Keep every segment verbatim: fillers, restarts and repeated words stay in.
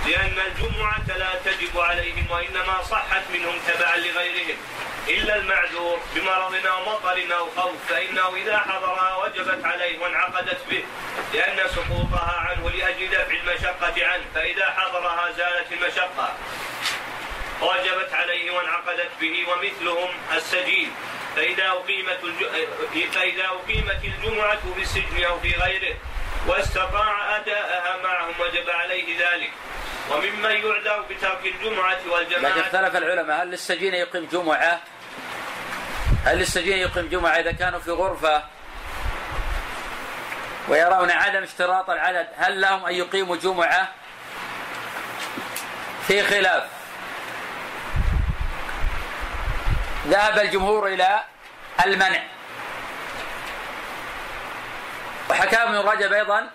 لأن الجمعة لا تجب عليهم وإنما صحت منهم تبعا لغيرهم إلا المعذور بمرض أو مطر أو خوف، فإنه إذا حضرها وجبت عليه وانعقدت به، لأن سقوطها عنه لأجل دفع المشقة عنه، فإذا حضرها زالت المشقة وجبت عليه وانعقدت به. ومثلهم السجين، فإذا أقيمت, الج... فإذا أقيمت الجمعة بالسجن أو في غيره واستطاع أداءها معهم وجب عليه ذلك. وممن يعذر بترك الجمعة والجماعة. لكن اختلف العلماء هل للسجين يقيم جمعة هل للسجين يقيم جمعة إذا كانوا في غرفة ويرون عدم اشتراط العدد، هل لهم أن يقيموا جمعة؟ في خلاف. ذهب الجمهور إلى المنع، وحكى ابن رجب أيضا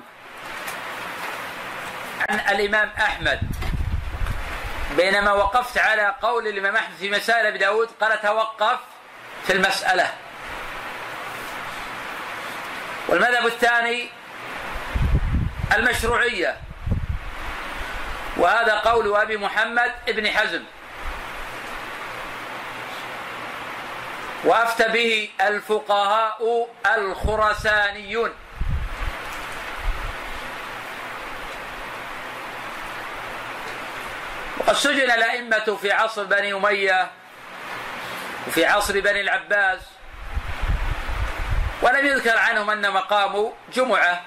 عن الإمام أحمد، بينما وقفت على قول الإمام أحمد في مسائل أبي داود قال توقف في المسألة. والمذهب الثاني المشروعية، وهذا قول أبي محمد ابن حزم، وأفتى به الفقهاء الخراسانيون. وقد سجن الأئمة في عصر بني أمية وفي عصر بني العباس، ولم يذكر عنهم أنهم قاموا جمعة،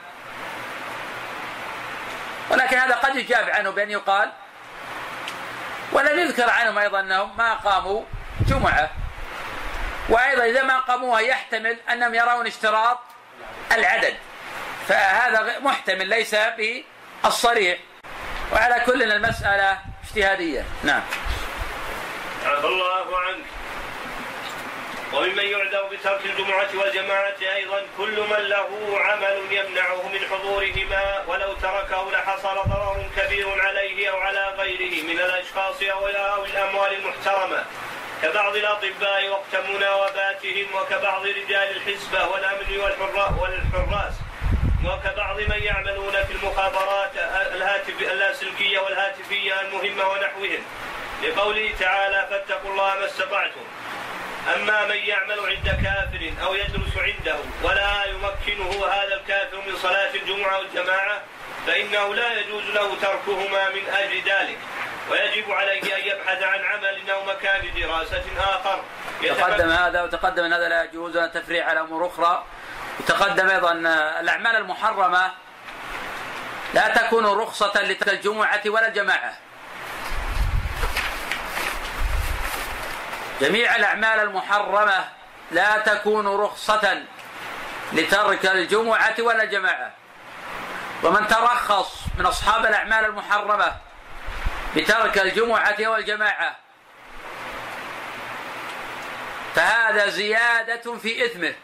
ولكن هذا قد يجاب عنه بأن يقال ولم يذكر عنهم أيضا أنهم ما قاموا جمعة. وأيضا إذا ما قاموها يحتمل أنهم يرون اشتراط العدد، فهذا محتمل ليس بالصريح. وعلى كل المسألة اجتهادية. نعم. عفى الله عنك. وممن يعذر بترك الجمعة والجماعة أيضا كل من له عمل يمنعه من حضورهما، ولو تركه لحصل ضرر كبير عليه أو على غيره من الأشخاص أو الأموال المحترمة، كبعض الأطباء وقت مناوباتهم، وكبعض رجال الحسبة والأمن والحراس، وكبعض من يعملون في المخابرات الهاتف اللاسلكية والهاتفية المهمة ونحوهم، لقوله تعالى فاتقوا الله ما استطعتم. أما من يعمل عند كافر أو يدرس عنده ولا يمكنه هذا الكافر من صلاة الجمعة والجماعة، فإنه لا يجوز له تركهما من أجل ذلك، ويجب عليه أن يبحث عن عمل أو مكان دراسة آخر. تقدم هذا وتقدم أن هذا لا يجوز، أن تفريع على أمور أخرى. وتقدم أيضا الأعمال المحرمة لا تكون رخصة لترك الجمعة ولا الجماعة. جميع الأعمال المحرمة لا تكون رخصة لترك الجمعة ولا الجماعة. ومن ترخص من أصحاب الأعمال المحرمة بترك الجمعة والجماعة فهذا زيادة في إثمه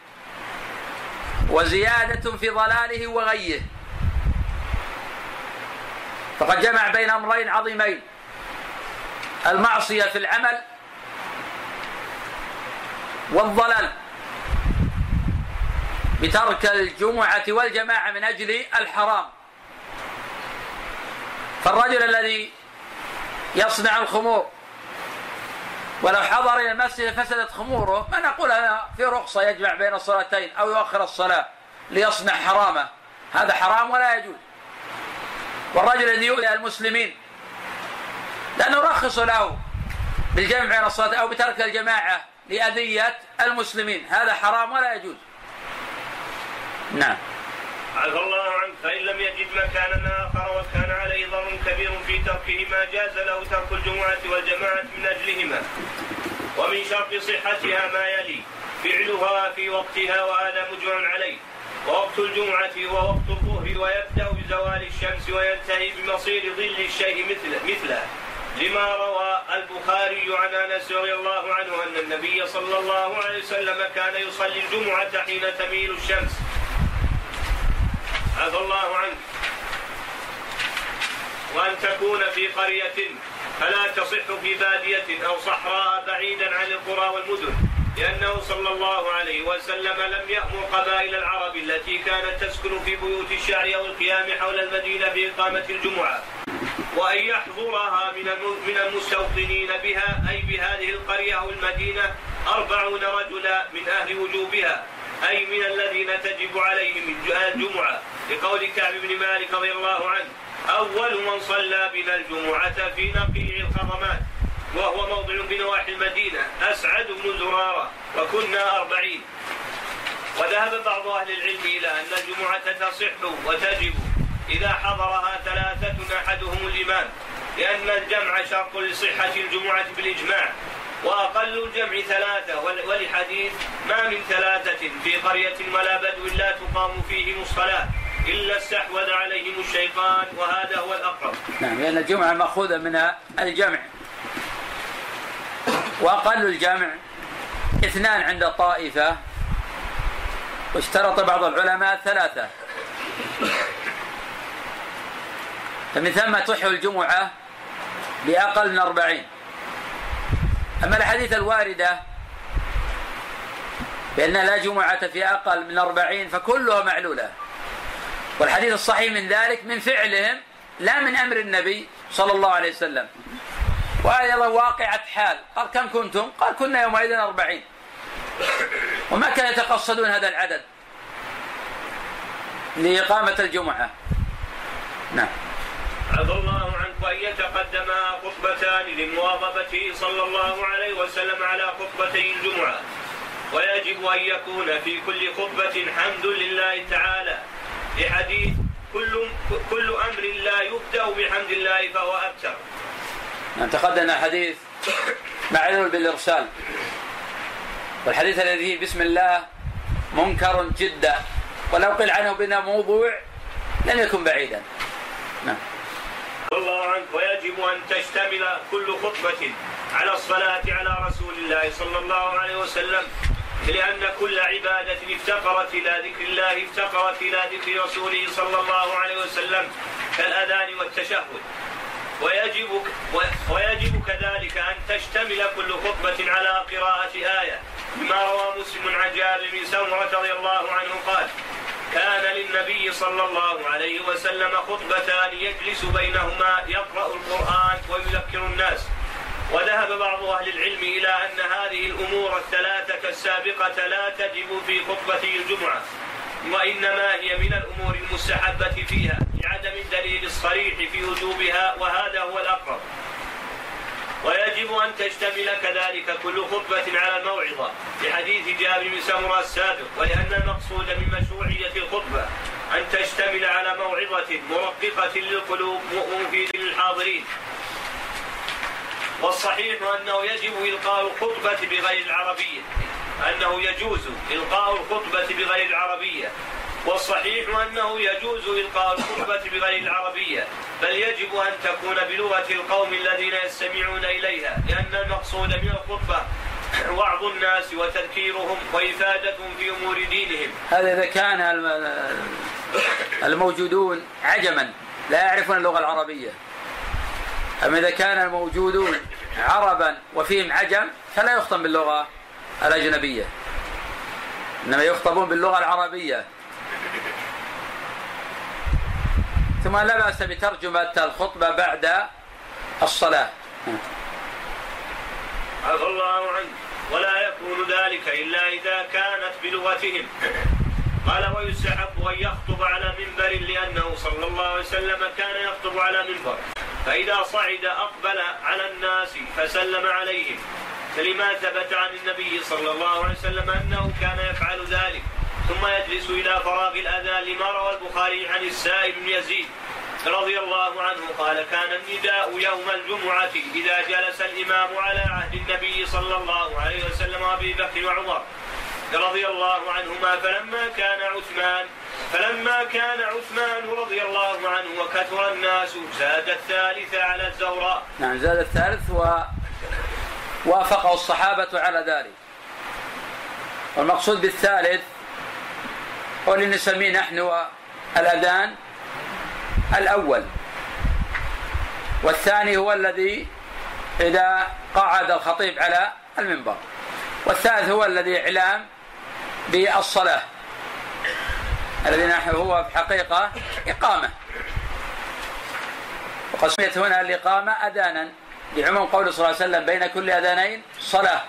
وزيادة في ضلاله وغيه، فقد جمع بين أمرين عظيمين: المعصية في العمل والضلال بترك الجمعة والجماعة من أجل الحرام. فالرجل الذي يصنع الخمور ولو حضر إلى المسجد فسدت خموره، ما نقول في رخصة يجمع بين الصلاتين أو يؤخر الصلاة ليصنع حرامه، هذا حرام ولا يجوز. والرجل الذي يؤذي المسلمين لا نرخص له بالجمع بين الصلاة أو بترك الجماعة لأذية المسلمين، هذا حرام ولا يجوز. نعم. عفى الله عنك. فإن لم يجد مكانا آخر وكان عليه ضرر كبير في تركهما جاز له ترك الجمعة والجماعة من أجلهما. ومن شرط صحتها ما يلي: فعلها في وقتها، وهذا مجمع عليه. ووقت الجمعة هو وقت الظهر، ويبدأ بزوال الشمس وينتهي بمصير ظل الشيء مثله, مثله لما روى البخاري عن أنس رضي الله عنه أن النبي صلى الله عليه وسلم كان يصلي الجمعة حين تميل الشمس. عفى الله عنه. وأن تكون في قرية فلا تصح في بادية أو صحراء بعيدا عن القرى والمدن، لأنه صلى الله عليه وسلم لم يأمر قبائل العرب التي كانت تسكن في بيوت الشعر أو الخيام حول المدينة بإقامة الجمعة، وأن يحضرها من المستوطنين بها أي بهذه القرية أو المدينة أربعون رجلا من أهل وجوبها أي من الذين تجب عليهم الجمعة، لقول كعب بن مالك رضي الله عنه: أول من صلى بنا الجمعة في نقيع الخضمات، وهو موضع بنواحي المدينة، أسعد بن زرارة، وكنا أربعين. وذهب بعض أهل العلم إلى أن الجمعة تصح وتجب إذا حضرها ثلاثة أحدهم الإمام، لأن الجمع شرط لصحة الجمعة بالإجماع، وأقل الجمع ثلاثة، ولحديث: ما من ثلاثة في قرية ولا بدو لا تقام فيهم الصلاة إلا استحوذ عليهم الشيطان، وهذا هو الأقرب. نعم، لأن الجمعة مأخوذة من الجمع، وأقل الجمع اثنان عند طائفة، واشترط بعض العلماء ثلاثة، فمن ثم تصح الجمعة بأقل من أربعين. أما الحديث الواردة بأن لا جمعة في أقل من أربعين فكلها معلولة، والحديث الصحيح من ذلك من فعلهم لا من أمر النبي صلى الله عليه وسلم. وأيضا واقعة حال، قال: كم كنتم؟ قال: كنا يومئذ أربعين، وما كانوا يتقصدون هذا العدد لإقامة الجمعة. نعم. عفى الله عنك وأن يتقدم خطبتان لمواظبته صلى الله عليه وسلم على خطبتي الجمعة، ويجب أن يكون في كل خطبة حمد لله تعالى، لحديث: كل, كل أمر لا يبدأ بحمد الله فهو أبتر. تقدم حديث معلول بالإرسال، والحديث الذي بسم الله منكر جدا، ولو قيل عنه بنا موضوع لم يكن بعيدا. نعم. الله عنك ويجب أن تشتمل كل خطبة على الصلاة على رسول الله صلى الله عليه وسلم، لأن كل عبادة افتقرت إلى ذكر الله افتقرت إلى ذكر رسوله صلى الله عليه وسلم، كالأذان والتشهد. ويجب, ويجب كذلك أن تشتمل كل خطبة على قراءة آية، ما روى مسلم عن جابر بن سمرة رضي الله عنه قال: كان للنبي صلى الله عليه وسلم خطبتان يجلس بينهما يقرأ القرآن ويذكر الناس. وذهب بعض أهل العلم إلى أن هذه الأمور الثلاثة السابقة لا تجب في خطبة الجمعة، وإنما هي من الأمور المستحبة فيها لعدم الدليل الصريح في وجوبها، وهذا هو الأقرب. ويجب أن تشتمل كذلك كل خطبة على الموعظة، لحديث جابر بن سمرة السابق، ولأن المقصود من مشروعية الخطبة أن تشتمل على موعظة مرققة للقلوب ومفيدة للحاضرين. والصحيح أنه يجب إلقاء الخطبة بغير العربية، أنه يجوز إلقاء الخطبة بغير العربية، والصحيح أنه يجوز إلقاء الخطبة بغير العربية، بل يجب أن تكون بلغة القوم الذين يستمعون إليها، لأن المقصود من الخطبة وعظ الناس وتذكيرهم وإفادتهم في أمور دينهم. هذا إذا كان الموجودون عجما لا يعرفون اللغة العربية، أما إذا كان الموجودون عربا وفيهم عجم فلا يخطب باللغة الأجنبية، إنما يخطبون باللغة العربية. ثم لا بأس بترجمة الخطبة بعد الصلاة. عفى الله عنه. ولا يكون ذلك إلا إذا كانت بلغتهم. قال: ويستحب أن يخطب على منبر، لأنه صلى الله عليه وسلم كان يخطب على منبر، فإذا صعد أقبل على الناس فسلم عليهم، لما ثبت عن النبي صلى الله عليه وسلم أنه كان يفعل ذلك، ثم يجلس إلى فراغ الأذان، لما روى البخاري عن السائب بن يزيد رضي الله عنه قال: كان النداء يوم الجمعة إذا جلس الإمام على عهد النبي صلى الله عليه وسلم وأبي بكر وعمر رضي الله عنهما، فلما كان عثمان فلما كان عثمان رضي الله عنه وكثر الناس زاد الثالث على الزوراء. نعم، زاد الثالث ووافقه الصحابة على ذلك. والمقصود بالثالث هو اللي نسميه نحن الأذان الأول، والثاني هو الذي إذا قعد الخطيب على المنبر، والثالث هو الذي إعلام بالصلاة الذي نحن هو في حقيقة إقامة. وقد سميت هنا الإقامة أذانا لعموم قول صلى الله عليه وسلم بين كل أذانين صلاة.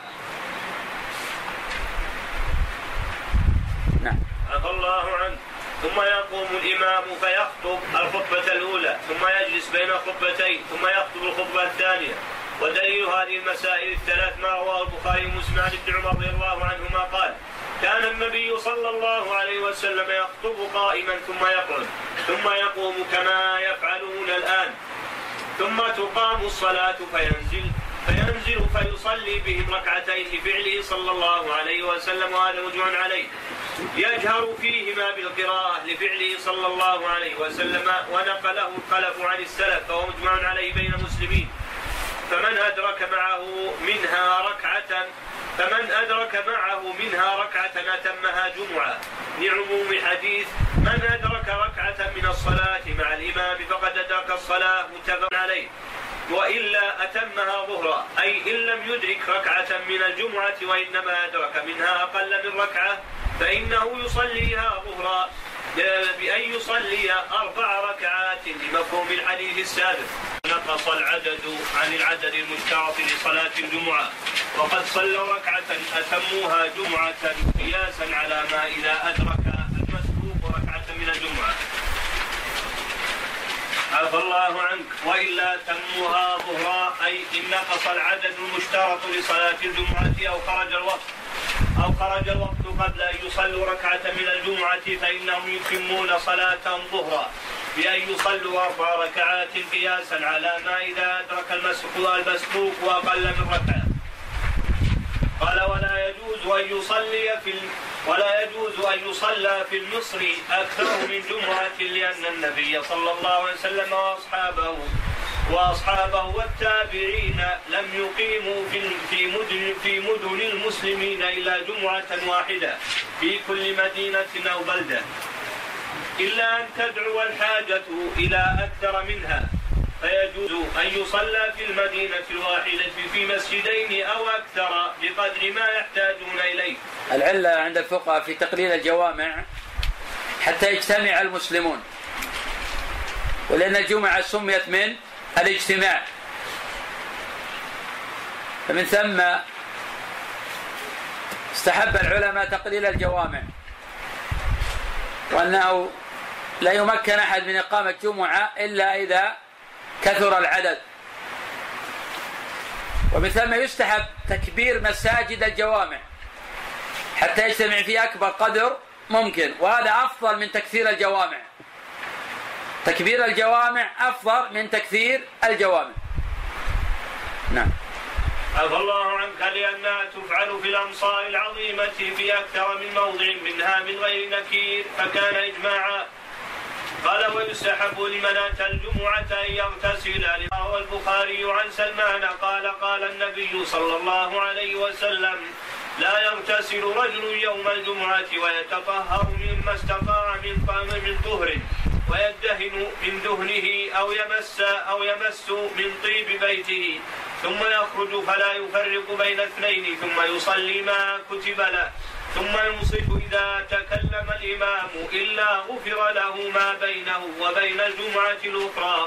نعم. عفى الله عنه. ثم يقوم الإمام فيخطب الخطبة الأولى ثم يجلس بين خطبتين ثم يخطب الخطبة الثانية. ودليل هذه المسائل الثلاث ما رواه البخاري ومسلم عن ابن عمر رضي الله عنهما قال: كان النبي صلى الله عليه وسلم يخطب قائما ثم يقعد ثم يقوم كما يفعلون الآن، ثم تقام الصلاة فينزل فينزل فيصلي بهم ركعتين لفعله صلى الله عليه وسلم، وهذا مجمع عليه. يجهر فيهما بالقراءة لفعله صلى الله عليه وسلم، ونقله الخلف عن السلف فهو مجمع عليه بين المسلمين. فمن أدرك معه منها ركعة فمن أدرك معه منها ركعة أتمها جمعة، لعموم حديث: من أدرك ركعة من الصلاة مع الإمام فقد أدرك الصلاة، متفق عليه. وإلا أتمها ظهرا، أي إن لم يدرك ركعة من الجمعة وإنما أدرك منها أقل من ركعة فإنه يصليها ظهرا بأن يصلي أربع ركعات لمفهوم الحديث السابق. نقص العدد عن العدد المشترط لصلاة الجمعة، وقد صلوا ركعة أتموها جمعة قياسا على ما إذا أدرك المسبوق ركعة من الجمعة. عفى الله عنك. وإلا تموها ظهرا، أي إن نقص العدد المشترط لصلاة الجمعة أو خرج الوقت أو خرج الوقت قبل أن يصلوا ركعة من الجمعة فإنهم يتمون صلاة ظهرا بأن يصلوا أربع ركعات قياسا على ما إذا أدرك المسبوق وأقل من ركعة. قال: ولا يجوز أن يصلي في ولا يجوز أن يصلى في المصر أكثر من جمعة، لأن النبي صلى الله عليه وسلم وأصحابه وأصحابه والتابعين لم يقيموا في مدن في مدن المسلمين إلا جمعة واحدة في كل مدينة أو بلدة، إلا أن تدعو الحاجة إلى أكثر منها، فيجوز أن يصلى في المدينة الواحدة في مسجدين أو أكثر بقدر ما يحتاجون إليه. العلة عند الفقهاء في تقليل الجوامع حتى يجتمع المسلمون، ولأن الجمعة سميت من الاجتماع، فمن ثم استحب العلماء تقليل الجوامع، وأنه لا يمكن أحد من إقامة جمعة إلا إذا كثر العدد. ومن ثم يستحب تكبير مساجد الجوامع حتى يجتمع في أكبر قدر ممكن، وهذا أفضل من تكثير الجوامع. تكبير الجوامع أفضل من تكثير الجوامع. نعم. عفى الله عنك. لأنها تفعل في الأمصار العظيمة في أكثر من موضع منها من غير نكير فكان إجماعا. قال: ويستحب لمن أتى الجمعة أن يغتسل. رواه البخاري عن سلمان قال: قال النبي صلى الله عليه وسلم: لا يغتسل رجل يوم الجمعة ويتطهر مما استطاع من طهر ويدهن من دهنه أو يمس أو يمس من طيب بيته ثم يخرج فلا يفرق بين اثنين ثم يصلي ما كتب له ثم ينصت إذا تكلم الإمام إلا غفر له ما بينه وبين الجمعة الأخرى.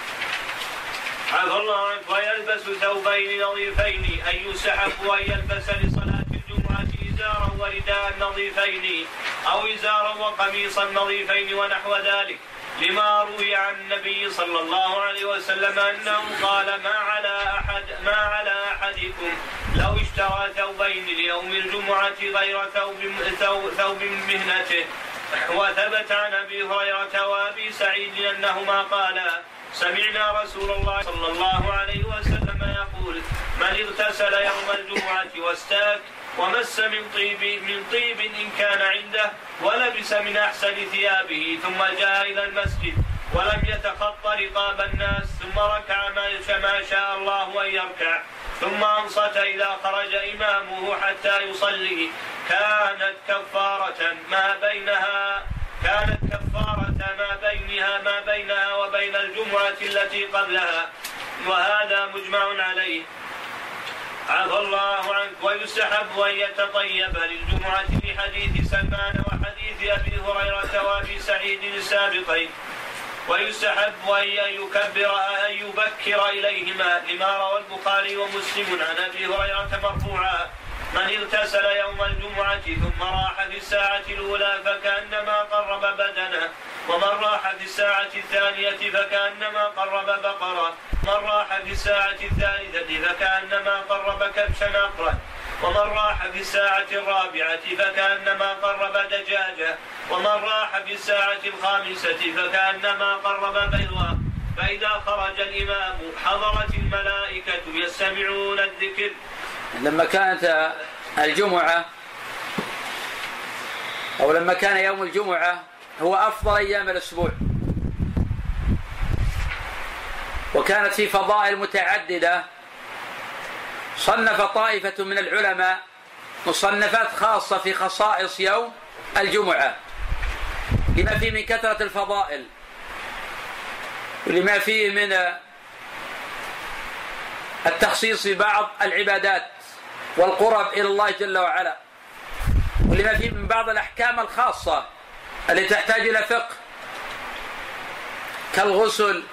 عفى الله عنه. ويلبس ثوبين نظيفين، أي يستحب أن يلبس لصلاة الجمعة إزارا ورداء نظيفين أو إزارا وقميصا نظيفين ونحو ذلك، لما روي عن النبي صلى الله عليه وسلم أنه قال: ما على أحد ما على أحدكم لو اشترى ثوبين ليوم الجمعة غير ثوب ثوب مهنته. وثبت عن أبي هريرة وأبي سعيد أنهما قالا: سمعنا رسول الله صلى الله عليه وسلم يقول: من اغتسل يوم الجمعة واستاك ومس من طيب من طيب إن كان عنده ولبس من أحسن ثيابه ثم جاء إلى المسجد ولم يتخط رقاب الناس ثم ركع ما شاء الله أن يركع ثم أنصت إذا خرج إمامه حتى يصلي كانت كفارة ما بينها كانت كفارة ما بينها ما بينها وبين الجمعة التي قبلها، وهذا مجمع عليه. عفى الله عنك. ويستحب أن يتطيب للجمعة لحديث سلمان وحديث أبي هريرة وأبي سعيد السابقين. ويستحب أن يكبر أن يبكر إليهما لما روى البخاري ومسلم عن أبي هريرة مرفوعا: من اغتسل يوم الجمعة ثم راح في الساعة الأولى فكأنما قرب بدنه، ومن راح في الساعة الثانية فكأنما قرب بقرة، من راح في الساعة الثالثة فكأنما قرب كبشا نقرا، ومن راح في الساعة الرابعة فكأنما قرب دجاجة، ومن راح في الساعة الخامسة فكأنما قرب بيضا. فإذا خرج الإمام حضرت الملائكة يستمعون الذكر. لما كانت الجمعة أو لما كان يوم الجمعة هو أفضل أيام الأسبوع، وكانت في فضائل متعددة، صنف طائفة من العلماء مصنفات خاصة في خصائص يوم الجمعة لما فيه من كثرة الفضائل ولما فيه من التخصيص ببعض العبادات والقرب إلى الله جل وعلا، ولما فيه من بعض الأحكام الخاصة التي تحتاج إلى فقه كالغسل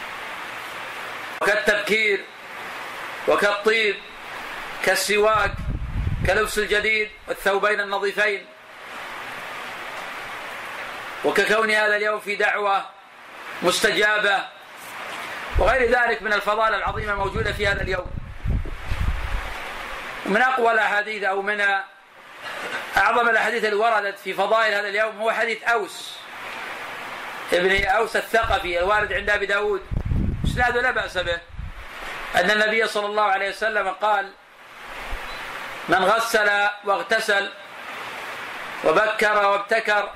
وكالتبكير وكالطيب كالسواك كلبس الجديد والثوبين النظيفين، وككون هذا اليوم في دعوة مستجابة وغير ذلك من الفضائل العظيمة موجودة في هذا اليوم. ومن أقوى الأحاديث أو من أعظم الأحاديث اللي وردت في فضائل هذا اليوم هو حديث أوس ابن أوس الثقفي الوارد عند أبي داود، إسناده لا بأس به، أن النبي صلى الله عليه وسلم قال: من غسل واغتسل وبكر وابتكر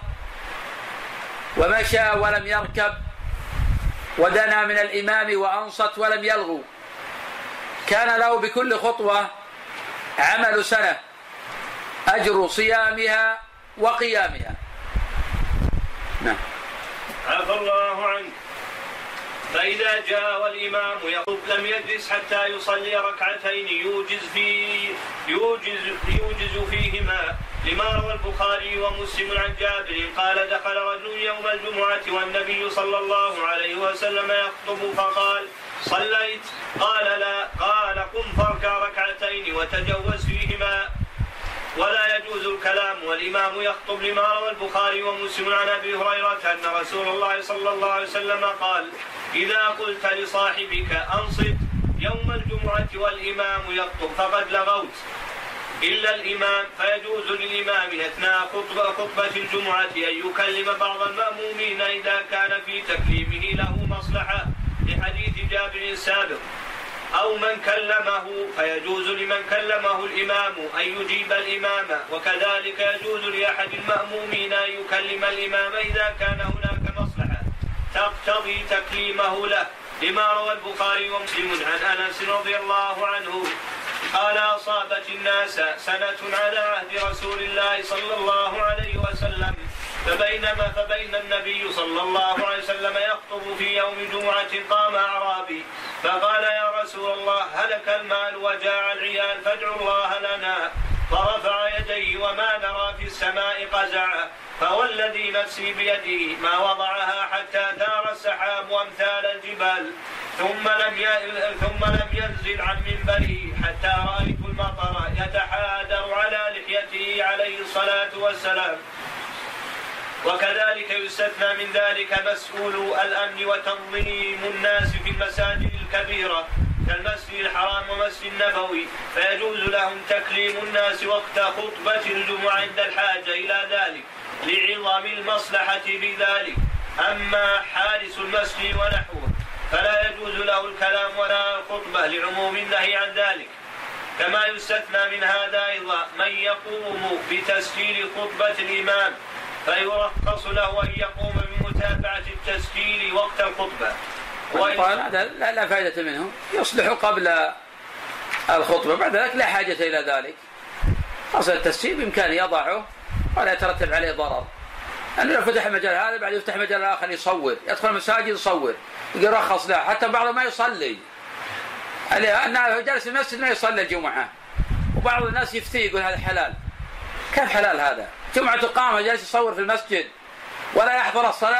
ومشى ولم يركب ودنا من الإمام وأنصت ولم يلغو كان له بكل خطوة عمل سنة أجر صيامها وقيامها. نعم. عفى الله عنك. فإذا جاء والإمام يخطب لم يجلس حتى يصلي ركعتين يوجز, في يوجز, يوجز فيهما، لما روى البخاري ومسلم عن جابر قال: دخل رجل يوم الجمعة والنبي صلى الله عليه وسلم يخطب فقال: صليت؟ قال: لا. قال: قم فاركع ركعتين وتجوز فيهما. ولا يجوز الكلام والإمام يخطب، لما روى البخاري ومسلم عن أبي هريرة أن رسول الله صلى الله عليه وسلم قال: إذا قلت لصاحبك أنصت يوم الجمعة والإمام يخطب فقد لغوت، إلا الإمام، فيجوز للإمام أثناء خطبة, خطبة الجمعة أن يكلم بعض المأمومين إذا كان في تكليمه له مصلحة، لحديث جابر السابق، أو من كلمه، فيجوز لمن كلمه الإمام أن يجيب الإمام، وكذلك يجوز لأحد المأمومين أن يكلم الإمام إذا كان هناك مصلحة تقتضي تكليمه له، لما روى البخاري ومسلم عن أنس رضي الله عنه قال: أصابت الناس سنة على عهد رسول الله صلى الله عليه وسلم، فبينما فبين النبي صلى الله عليه وسلم يخطب في يوم جمعة قام أعرابي فقال: يا رسول الله، هلك المال وجاع العيال فادعوا الله لنا. فرفع يديه وما نرى في السماء قزعا، فوالذي نفسي بيده ما وضعها حتى ثار السحاب أمثال الجبال، ثم لم ثم لم ينزل عن منبره حتى رأيت المطر يتحادر على لحيته عليه الصلاة والسلام. وكذلك يستثنى من ذلك مسؤول الأمن وتنظيم الناس في المساجد الكبيرة كالمسجد الحرام ومسجد النبوي، فيجوز لهم تكليم الناس وقت خطبة الجمعة عند الحاجة إلى ذلك لعظم المصلحة بذلك. أما حارس المسجد ونحوه فلا يجوز له الكلام ولا الخطبة لعموم النهي عن ذلك. كما يستثنى من هذا أيضا من يقوم بتسجيل خطبة الإمام، فيرخص له أن يقوم بمتابعة التسجيل وقت الخطبة. هذا لا, لا فائدة منه، يصلح قبل الخطبة، بعد ذلك لا حاجة إلى ذلك. أصل التسجيل بإمكانه يضعه ولا يترتب عليه ضرر، أنه لو فتح مجال هذا بعد يفتح مجال آخر يصور، يدخل المساجد يصور، يرخص له، حتى بعضهم ما يصلي، أنه جالس في المسجد ما يصلي الجمعة، وبعض الناس يفتي يقول هذا حلال. كيف حلال هذا؟ جمعة قامة جالس يصور في المسجد ولا يحضر الصلاة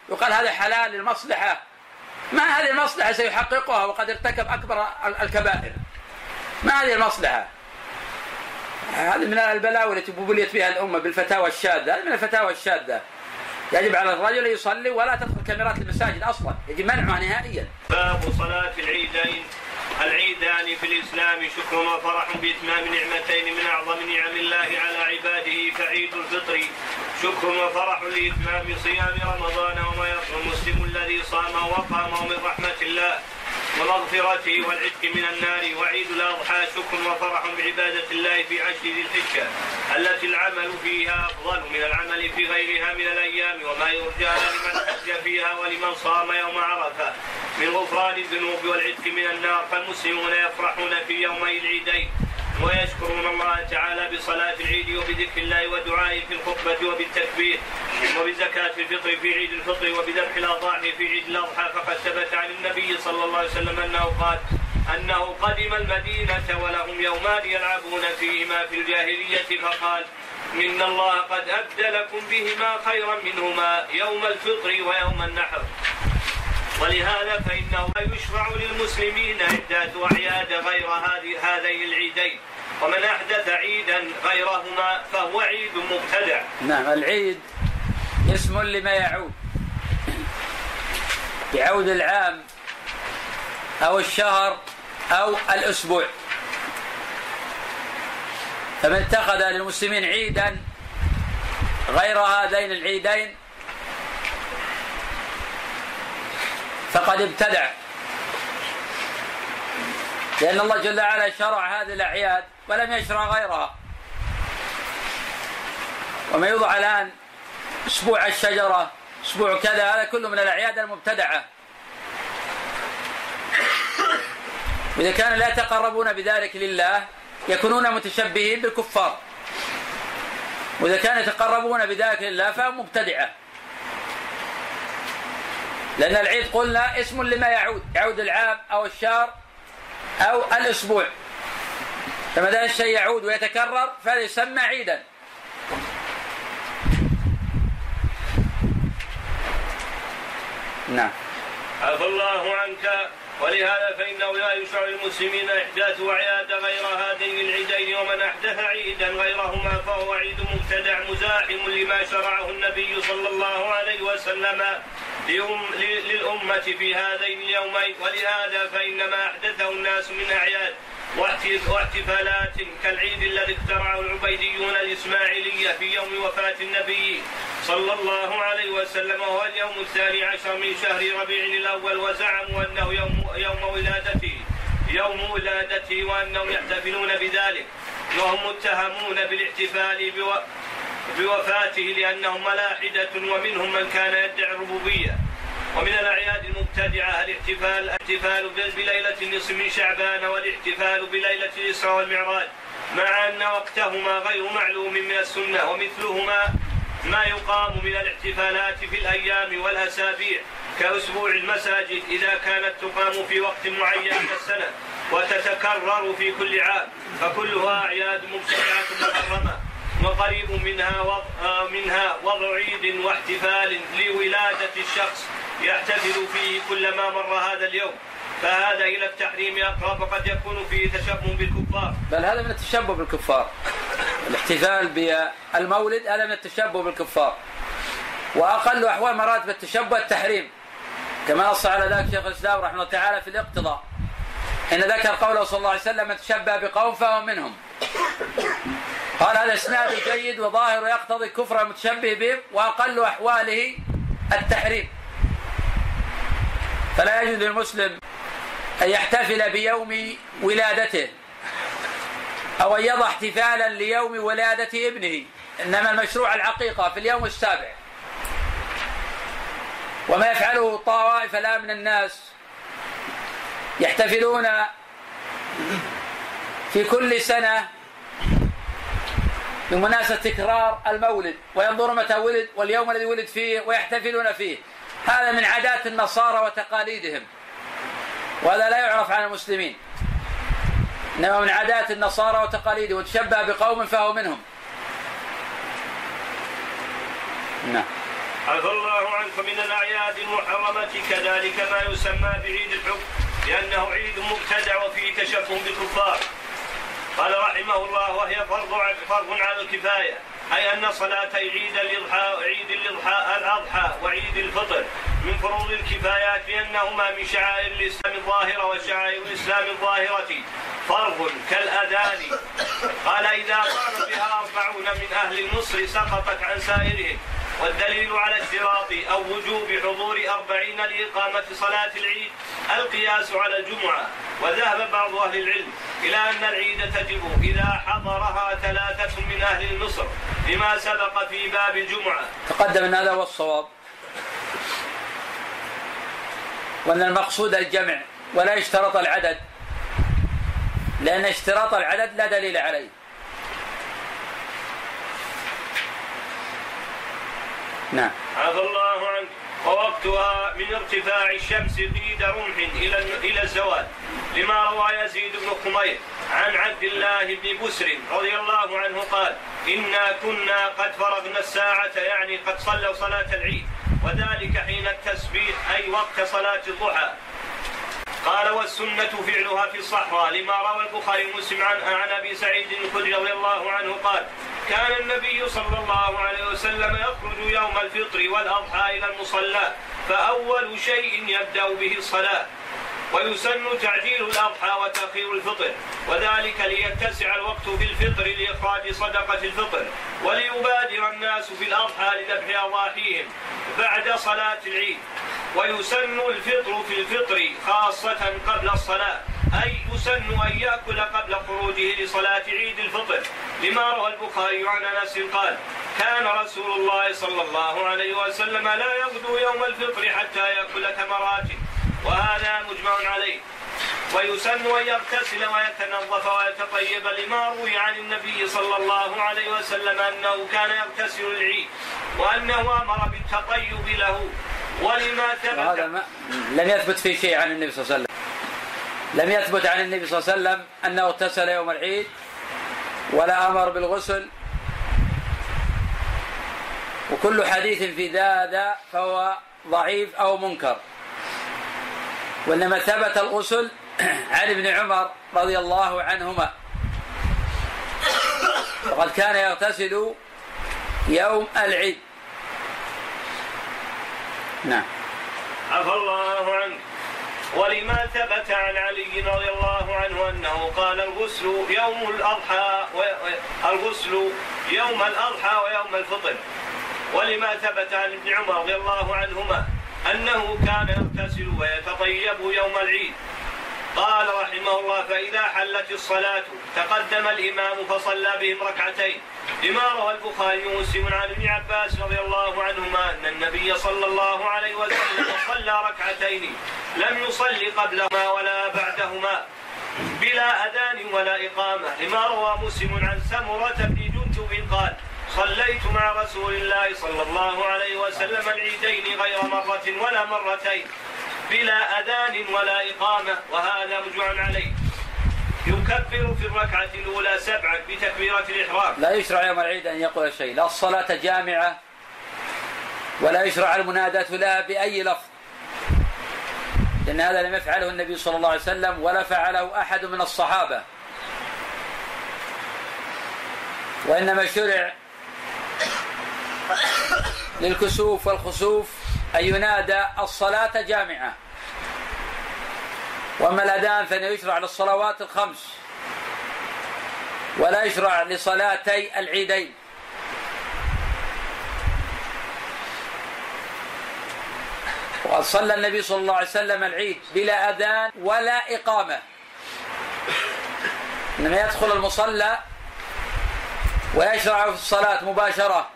يقال هذا حلال للمصلحة، ما هذه المصلحة سيحققها وقد ارتكب أكبر الكبائر؟ ما هذه المصلحة؟ هذه من البلاوي التي بليت بها الأمة بالفتاوى الشاذة، هذه من الفتاوى الشاذة. يجب على الرجل يصلي ولا تدخل كاميرات المساجد أصلا، يجب منعها نهائيا. باب صلاة العيدين. العيدان في الإسلام شكر وفرح بإتمام نعمتين من أعظم نعم الله على عباده، فعيد الفطر شكر وفرح لإتمام صيام رمضان وما يرجو المسلم الذي صامه وقامه من رحمة الله ومغفرته والعتق من النار. وعيد الأضحى شكر وفرح بعبادة الله في عشر ذي الحجة التي العمل فيها أفضل من العمل في غيرها من الأيام، وما يرجى لمن حج فيها ولمن صام يوم عرفة من غفران الذنوب والعتق من النار. فالمسلمون يفرحون في يومي العيدين ويشكرون الله تعالى بصلاة العيد وبذكر الله ودعائه في الخطبة وبالتكبير وبزكاة الفطر في عيد الفطر وبذبح الأضاحي في عيد الأضحى. فقد ثبت عن النبي صلى الله عليه وسلم أنه قال أنه قدم المدينة ولهم يومان يلعبون فيهما في الجاهلية، فقال إن الله قد أبدلكم بهما خيرا منهما يوم الفطر ويوم النحر. ولهذا فإنه لا يشرع للمسلمين إحداث أعياد غير هذين العيدين، ومن أحدث عيدا غيرهما فهو عيد مبتدع. نعم، العيد اسم لما يعود، يعود العام أو الشهر أو الأسبوع. فمن اتخذ للمسلمين عيدا غير هذين العيدين فقد ابتدع، لأن الله جل وعلا شرع هذه الأعياد ولم يشرع غيرها. وما يوضع الآن أسبوع الشجرة، أسبوع كذا، هذا كله من الأعياد المبتدعة. وإذا كان لا يتقربون بذلك لله يكونون متشبهين بالكفار، وإذا كانوا يتقربون بذلك لله فهم مبتدعة، لأن العيد قلنا اسم لما يعود، يعود العام أو الشهر أو الأسبوع. فما دام الشيء يعود ويتكرر فهذا يسمى عيدا. نعم. عفى الله عنك. ولهذا فإنه لا يشرع للمسلمين إحداث أعياد غير هذين العيدين، ومن أحدث عيدا غيرهما فهو عيد مبتدع مزاحم لما شرعه النبي صلى الله عليه وسلم للأمة في هذين اليومين. ولهذا فإنما أحدثه الناس من أعياد واحتفالات كالعيد الذي اخترعه العبيديون الإسماعيلية في يوم وفاة النبي صلى الله عليه وسلم، وهو اليوم الثاني عشر من شهر ربيع الأول، وزعموا أنه يوم, يوم ولادته يوم ولادته وأنهم يحتفلون بذلك، وهم متهمون بالاحتفال بو بوفاته لأنهم ملاحدة، ومنهم من كان يدعي الربوبية. ومن الأعياد المبتدعة الاحتفال الاحتفال بليلة النصف من شعبان والاحتفال بليلة الإسراء والمعراج، مع أن وقتهما غير معلوم من السنة. ومثلهما ما يقام من الاحتفالات في الأيام والأسابيع كأسبوع المساجد إذا كانت تقام في وقت معين من السنة وتتكرر في كل عام، فكلها أعياد مبتدعة محرمة. وقريب منها وضع, منها وضع عيد واحتفال لولادة الشخص يحتفل فيه كلما مر هذا اليوم، فهذا إلى التحريم أقرب، وقد يكون فيه تشبه بالكفار. بل هذا من التشبه بالكفار، الاحتفال بالمولد هذا من التشبه بالكفار، وأقل أحوال مراتب التشبه التحريم، كما نص على ذلك شيخ الإسلام رحمه الله تعالى في الاقتضاء، إن ذكر قوله صلى الله عليه وسلم من تشبه بقوم فهو منهم. قال هذا اسناد جيد وظاهر يقتضي كفر المتشبه بهم، وأقل أحواله التحريم. فلا يجوز للمسلم أن يحتفل بيوم ولادته أو أن يضع احتفالا ليوم ولادة ابنه، إنما المشروع العقيقة في اليوم السابع. وما يفعله طوائف الآن من الناس يحتفلون في كل سنة بمناسبة تكرار المولد، وينظرون متى ولد واليوم الذي ولد فيه ويحتفلون فيه. هذا من عادات النصارى وتقاليدهم، وهذا لا يعرف عن المسلمين، إنما من عادات النصارى وتقاليدهم، وتشبه بقوم فهو منهم. نعم. عفى الله عنك. من الأعياد المحرمة كذلك ما يسمى بعيد الحكم لأنه عيد مبتدع وفيه تشبه بالكفار. قال رحمه الله: وهي فرض فرض على الكفاية، أي أن صلاة عيد الأضحى عيد الأضحى الأضحى وعيد الفطر من فروض الكفايات، لأنهما من شعائر الإسلام الظاهرة وشعائر الإسلام الظاهرة فرض كالأذان. قال: إذا قام بها أربعون من أهل مصر سقطت عن سائرهم. والدليل على اشتراط أو وجوب حضور أربعين لإقامة صلاة العيد القياس على الجمعة. وذهب بعض أهل العلم إلى أن العيد تجب إذا حضرها ثلاثة من أهل مصر لما سبق في باب الجمعة. تقدم أن هذا هو الصواب، وأن المقصود الجمع ولا يشترط العدد، لأن اشتراط العدد لا دليل عليه. نعم. عفى الله عنك. ووقتها من ارتفاع الشمس قيد رمح إلى الزوال، لما روى يزيد بن خمير عن عبد الله بن بسر رضي الله عنه قال: إنا كنا قد فرغنا الساعة، يعني قد صلوا صلاة العيد، وذلك حين التسبيح أي وقت صلاة الضحى. قال: والسنة فعلها في الصحراء، لما روى البخاري ومسلم عن عن أبي سعيد الخدري رضي الله عنه قال: كان النبي صلى الله عليه وسلم يخرج يوم الفطر والأضحى إلى المصلى، فأول شيء يبدأ به الصلاة، ويسن تعجيل الأضحى وتأخير الفطر، وذلك ليتسع الوقت في الفطر لإخراج صدقة الفطر، وليبادر الناس في الأضحى لذبح أضاحيهم بعد صلاة العيد. ويسن الفطر في الفطر خاصة قبل الصلاة، أي يسن أن يأكل قبل خروجه لصلاة عيد الفطر، لما روى البخاري عن أنس قال: كان رسول الله صلى الله عليه وسلم لا يغدو يوم الفطر حتى يأكل تمرات، وهذا مجمع عليه. ويسن أن يغتسل ويتنظف ويتطيب، لما روي عن النبي صلى الله عليه وسلم أنه كان يغتسل العيد، وأنه أمر بالتطيب له. ولما ثبت هذا ما لم يثبت في شيء عن النبي صلى الله عليه وسلم، لم يثبت عن النبي صلى الله عليه وسلم أنه اغتسل يوم العيد ولا أمر بالغسل، وكل حديث في ذا فهو ضعيف أو منكر. وإنما ثبت الغسل عن ابن عمر رضي الله عنهما، وقد كان يغتسل يوم العيد. نعم. عفى الله عنك. ولما ثبت عن علي رضي الله عنه أنه قال: الغسل يوم الأضحى الغسل يوم الأضحى ويوم الفطر. ولما ثبت عن ابن عمر رضي الله عنهما أنه كان يغتسل ويتطيب يوم العيد. قال رحمه الله: فإذا حلت الصلاة تقدم الإمام فصلى بهم ركعتين، لما روى البخاري ومسلم عن ابن عباس رضي الله عنهما أن النبي صلى الله عليه وسلم صلى ركعتين لم يصلي قبلهما ولا بعدهما بلا أذان ولا إقامة، لما روى مسلم عن سمرة بن جندب قال: صليت مع رسول الله صلى الله عليه وسلم العيدين غير مرة ولا مرتين بلا أذان ولا إقامة، وهذا مجمع عليه. يكبر في الركعة الأولى سبعا بتكبيرة الإحرام. لا يشرع يوم العيد أن يقول شيء، لا الصلاة جامعة ولا يشرع المناداة لها بأي لفظ، لأن هذا لم يفعله النبي صلى الله عليه وسلم ولا فعله أحد من الصحابة. وإنما شرع للكسوف والخسوف أن ينادى الصلاة جامعة. وأما الأذان فإنه يشرع للصلوات الخمس ولا يشرع لصلاتي العيدين. وقد صلى النبي صلى الله عليه وسلم العيد بلا أذان ولا إقامة، إنما يدخل المصلى ويشرع في الصلاة مباشرة،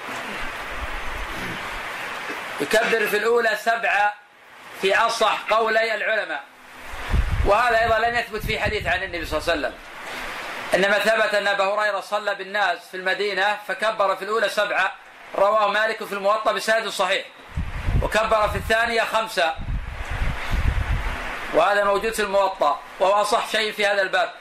يكبر في الأولى سبعة في أصح قولي العلماء. وهذا أيضا لم يثبت في حديث عن النبي صلى الله عليه وسلم، إنما ثبت أن أبا هريرة صلى بالناس في المدينة فكبر في الأولى سبعة، رواه مالك في الموطأ بسند صحيح، وكبر في الثانية خمسة، وهذا موجود في الموطأ وهو أصح شيء في هذا الباب.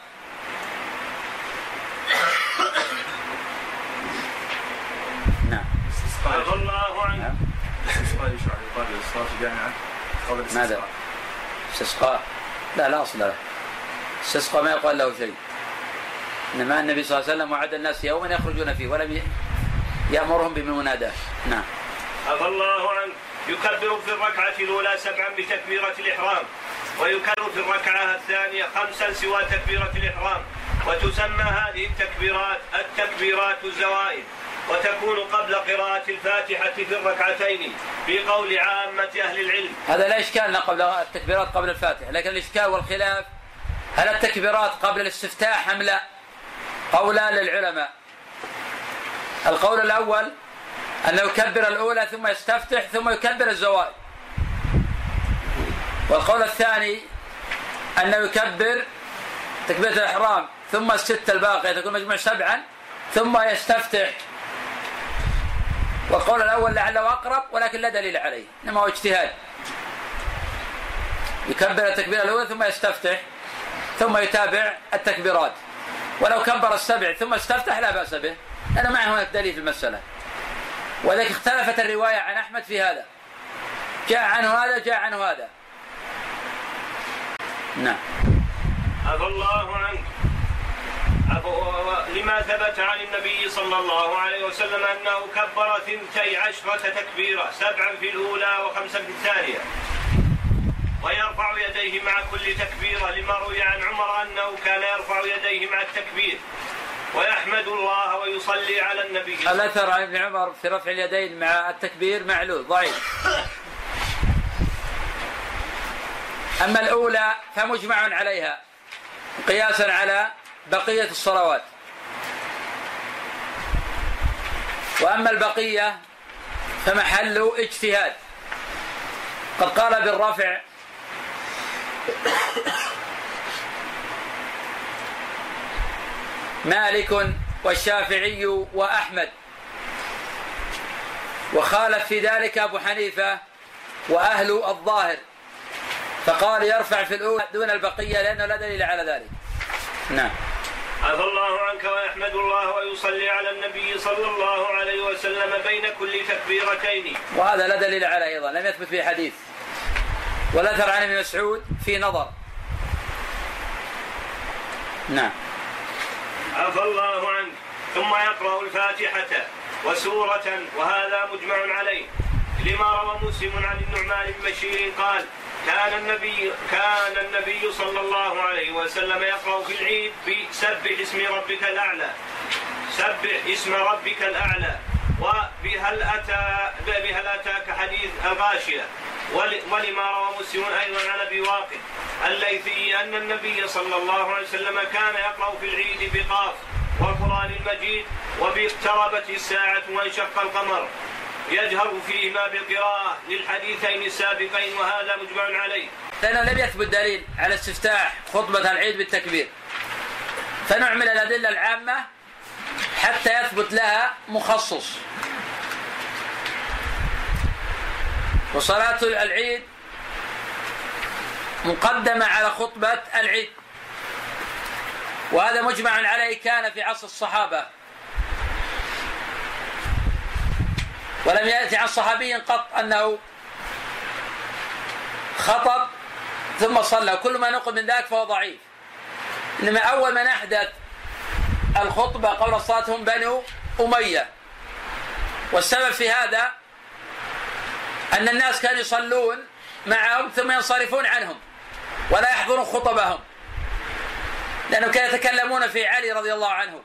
نعم. الله عنه. الاستسقاء يشرع يقال للصلاة جامعة قبل الاستسقاء. ماذا؟ استسقاء؟ لا لا أصل له. استسقاء ما يقال له شيء، إنما النبي صلى الله عليه وسلم وعد الناس يوما يخرجون فيه ولم يأمرهم بمناداه. نعم. عفى الله عنه. يكبر في الركعة الأولى سبعا بتكبيرة الإحرام، ويكبر في الركعة الثانية خمسا سوى تكبيرة الإحرام، وتسمى هذه التكبيرات التكبيرات الزوائد، وتكون قبل قراءة الفاتحة في الركعتين في قول عامة أهل العلم. هذا لا إشكال قبل التكبيرات قبل الفاتحة، لكن الإشكال والخلاف هل التكبيرات قبل الاستفتاح أم لا؟ قولان للعلماء. القول الأول أنه يكبر الأولى ثم يستفتح ثم يكبر الزوائد، والقول الثاني أنه يكبر تكبيرة الإحرام ثم الستة الباقية تكون مجموع سبعا ثم يستفتح. والقول الأول لعله أقرب ولكن لا دليل عليه، إنما هو اجتهاد. يكبر التكبيرة الأولى ثم يستفتح ثم يتابع التكبيرات، ولو كبر السبع ثم استفتح لا بأس به، لأنه ما هناك دليل في المسألة. وذلك اختلفت الرواية عن أحمد في هذا، جاء عنه هذا جاء عنه هذا. نعم. عفى الله عنك. لما ثبت عن النبي صلى الله عليه وسلم أنه كبر ثنتي عشرة تكبيرة، سبعا في الأولى وخمسا في الثانية، ويرفع يديه مع كل تكبيرة، لما روي عن عمر أنه كان يرفع يديه مع التكبير ويحمد الله ويصلي على النبي. الأثر عن ابن عمر في رفع اليدين مع التكبير معلول ضعيف. أما الأولى فمجمع عليها قياسا على بقية الصلوات، وأما البقية فمحل اجتهاد. قد قال بالرفع مالك والشافعي وأحمد، وخالف في ذلك أبو حنيفة وأهل الظاهر، فقال يرفع في الأولى دون البقية لأنه لا دليل على ذلك. نعم. عفى الله عنك. ويحمد الله ويصلي على النبي صلى الله عليه وسلم بين كل تكبيرتين، وهذا لا دليل عليه أيضا، لم يثبت فيه حديث. والأثر عن ابن مسعود في نظر. نعم. عفى الله عنك. ثم يقرأ الفاتحة وسورة، وهذا مجمع عليه، لما روى مسلم عن النعمان بن بشير قال كان النبي كان النبي صلى الله عليه وسلم يقرأ في العيد بسبح اسم ربك الأعلى، سبح اسم ربك الأعلى، وبهل أتى بهل أتاك حديث الغاشية. ولما روى مسلم أيضا عن أبي واقد الليثي أن النبي صلى الله عليه وسلم كان يقرأ في العيد بقاف والقرآن المجيد وباقتربت الساعة وانشق القمر، يجهر فيهما بالقراءة للحديثين السابقين، وهذا مجمع عليه. لأنه لم يثبت دليل على استفتاح خطبة العيد بالتكبير، فنعمل الأدلة العامة حتى يثبت لها مخصص. وصلاة العيد مقدمة على خطبة العيد، وهذا مجمع عليه كان في عصر الصحابة، ولم يأتي عن صحابي قط أنه خطب ثم صلى، كل ما نقل من ذلك فهو ضعيف. إنما أول من أحدث الخطبة قبل الصلاة هم بنو أمية، والسبب في هذا أن الناس كانوا يصلون معهم ثم ينصرفون عنهم ولا يحضرون خطبهم، لأنهم كانوا يتكلمون في علي رضي الله عنه.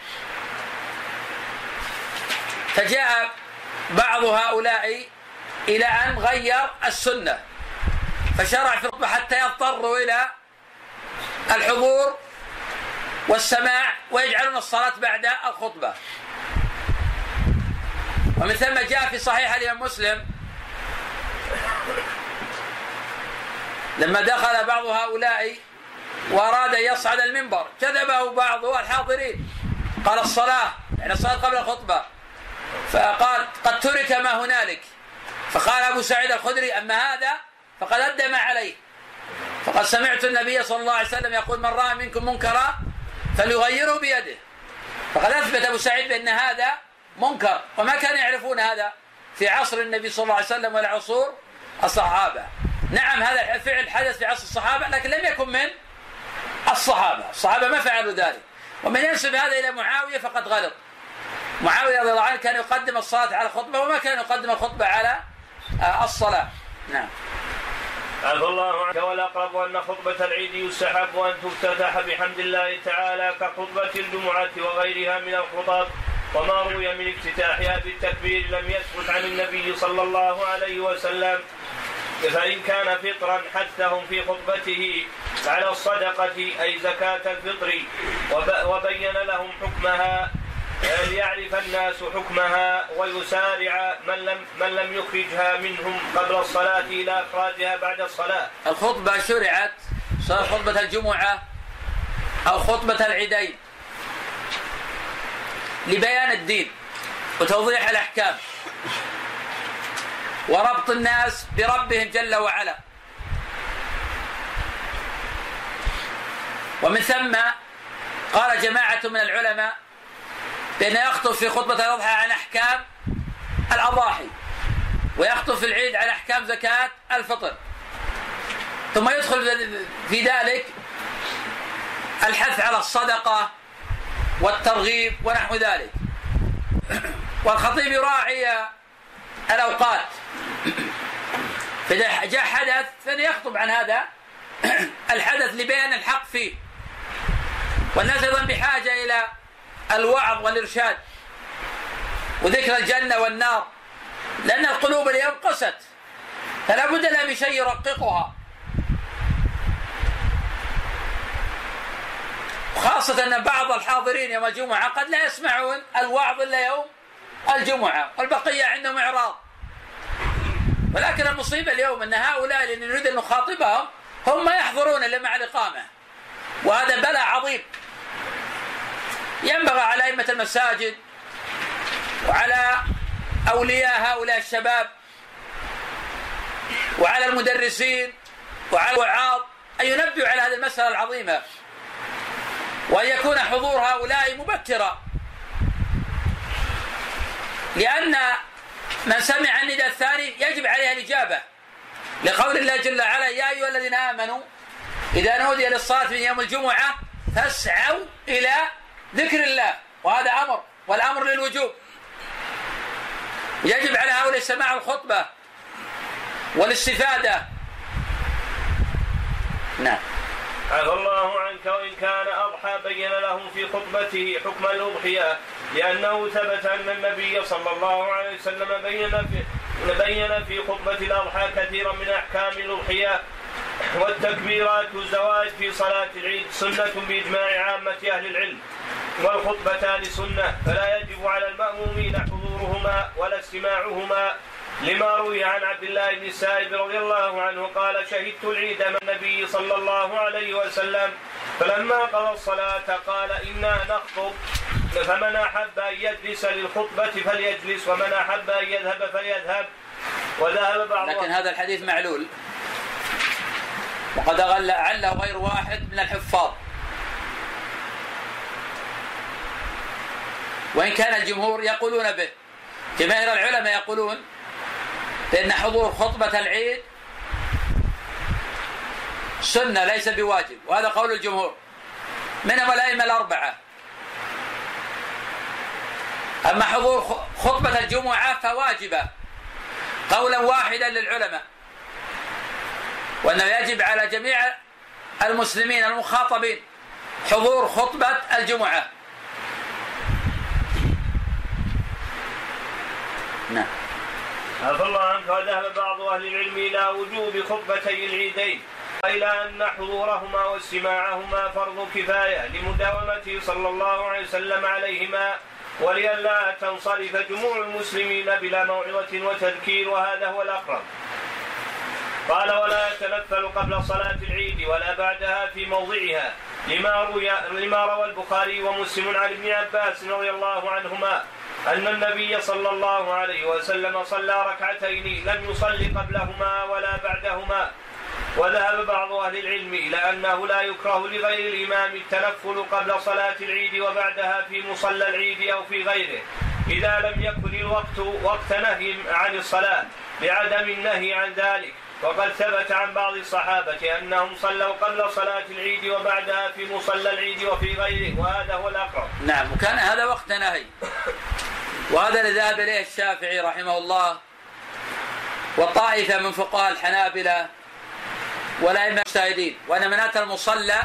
فجاء بعض هؤلاء إلى أن غير السنة، فشرع في الخطبة حتى يضطروا إلى الحضور والسماع ويجعلون الصلاة بعد الخطبة. ومن ثم جاء في صحيح الإمام مسلم لما دخل بعض هؤلاء وأراد أن يصعد المنبر جذبه بعض الحاضرين، قال الصلاة يعني الصلاة قبل الخطبة، فقال قد ترك ما هنالك. فقال أبو سعيد الخدري أما هذا فقد أدى ما عليه، فقد سمعت النبي صلى الله عليه وسلم يقول من رأى منكم منكرا فليغيره بيده. فقد أثبت أبو سعيد بأن هذا منكر، وما كانوا يعرفون هذا، في عصر النبي صلى الله عليه وسلم ولا عصور الصحابة. نعم هذا الفعل حدث في عصر الصحابة لكن لم يكن من الصحابة، الصحابة ما فعلوا ذلك. ومن ينسب هذا إلى معاوية فقد غلط. معاوية رضي الله عنه كان يقدم الصلاة على الخطبة وما كان يقدم الخطبة على الصلاة. نعم. عفى الله عنك. والأقرب أن خطبة العيد يستحب أن تفتتح بحمد الله تعالى كخطبة الجمعة وغيرها من الخطب، وما روي من افتتاحها بالتكبير لم يثبت عن النبي صلى الله عليه وسلم، فإن كان فطرا حثهم في خطبته على الصدقة أي زكاة الفطر وبين لهم حكمها ليعرف الناس حكمها ويسارع من لم, من لم يخرجها منهم قبل الصلاة إلى إخراجها بعد الصلاة. الخطبة شرعت سواء خطبة الجمعة أو خطبة العيدين لبيان الدين وتوضيح الأحكام وربط الناس بربهم جل وعلا. ومن ثم قال جماعة من العلماء بأن يخطب في خطبة الأضحى عن أحكام الأضاحي ويخطب في العيد عن أحكام زكاة الفطر، ثم يدخل في ذلك الحث على الصدقة والترغيب ونحو ذلك. والخطيب يراعي الأوقات، فإذا جاء حدث فإنه يخطب عن هذا الحدث لبيان الحق فيه. والناس أيضا بحاجة إلى الوعظ والإرشاد وذكر الجنة والنار، لأن القلوب اليوم قست فلا بد لها من شيء يرققها، خاصة أن بعض الحاضرين يوم الجمعة قد لا يسمعون الوعظ إلا يوم الجمعة والبقية عندهم إعراض. ولكن المصيبة اليوم أن هؤلاء الذين نريد أن نخاطبهم هم ما يحضرون إلا مع الإقامة، وهذا بلاء عظيم. ينبغي على أئمة المساجد وعلى أولياء هؤلاء الشباب وعلى المدرسين وعلى الوعاظ أن ينبهوا على هذه المسألة العظيمة، وأن يكون حضور هؤلاء مبكرا، لأن من سمع النداء الثاني يجب عليه الإجابة، لقول الله جل وعلا: يا أيها الذين آمنوا إذا نودي للصلاة من يوم الجمعة فاسعوا إلى ذكر الله. وهذا أمر، والأمر للوجوب. يجب على هؤلاء سماع الخطبة والاستفادة. نعم. عفى الله عنك. وإن كان أضحى بين لهم في خطبته حكم الأضحية، لأنه ثبت أن النبي صلى الله عليه وسلم بين في, بين في خطبة الأضحى كثيرا من أحكام الأضحية. والتكبيرات والزواج في صلاة العيد سنة بإجماع عامة أهل العلم، والخطبتان سنة، فلا يجب على المأمومين حضورهما ولا استماعهما، لما روي عن عبد الله بن السائب رضي الله عنه قال: شهدت العيد مع النبي صلى الله عليه وسلم، فلما قضى الصلاة قال: إنا نخطب، فمن أحب أن يجلس للخطبة فليجلس، ومن أحب أن يذهب فليذهب. وذهب بعض. لكن هذا الحديث معلول، وقد عله غير واحد من الحفاظ، وإن كان الجمهور يقولون به. جماهير العلماء يقولون بأن حضور خطبة العيد سنة ليس بواجب، وهذا قول الجمهور منهم الأئمة الأربعة. أما حضور خطبة الجمعة فواجبة قولا واحدا للعلماء، وأنه يجب على جميع المسلمين المخاطبين حضور خطبة الجمعة. نعم. عفى الله عنك. وذهب بعض أهل العلم إلى وجوب خطبتي العيدين، إلى أن حضورهما واستماعهما فرض كفاية لمداومته صلى الله عليه وسلم عليهما، ولئلا تنصرف جموع المسلمين بلا موعظة وتذكير، وهذا هو الأقرب. قال: ولا يتنفل قبل صلاة العيد ولا بعدها في موضعها، لما روي لما روى البخاري ومسلم عن ابن عباس رضي الله عنهما أن النبي صلى الله عليه وسلم صلى ركعتين لم يصلي قبلهما ولا بعدهما. وذهب بعض أهل العلم إلى أنه لا يكره لغير الإمام التنفل قبل صلاة العيد وبعدها في مصلى العيد أو في غيره، إذا لم يكن الوقت وقت نهي عن الصلاة لعدم النهي عن ذلك. وقد ثبت عن بعض الصحابة أنهم صلوا قبل صلاة العيد وبعدها في مصلى العيد وفي غيره، وهذا هو الأقرب. نعم، وكان هذا وقت نهي، وهذا الذي ذهب إليه الشافعي رحمه الله والطائفة من فقهاء الحنابلة والأئمة المجتهدين، وأن من أتى المصلى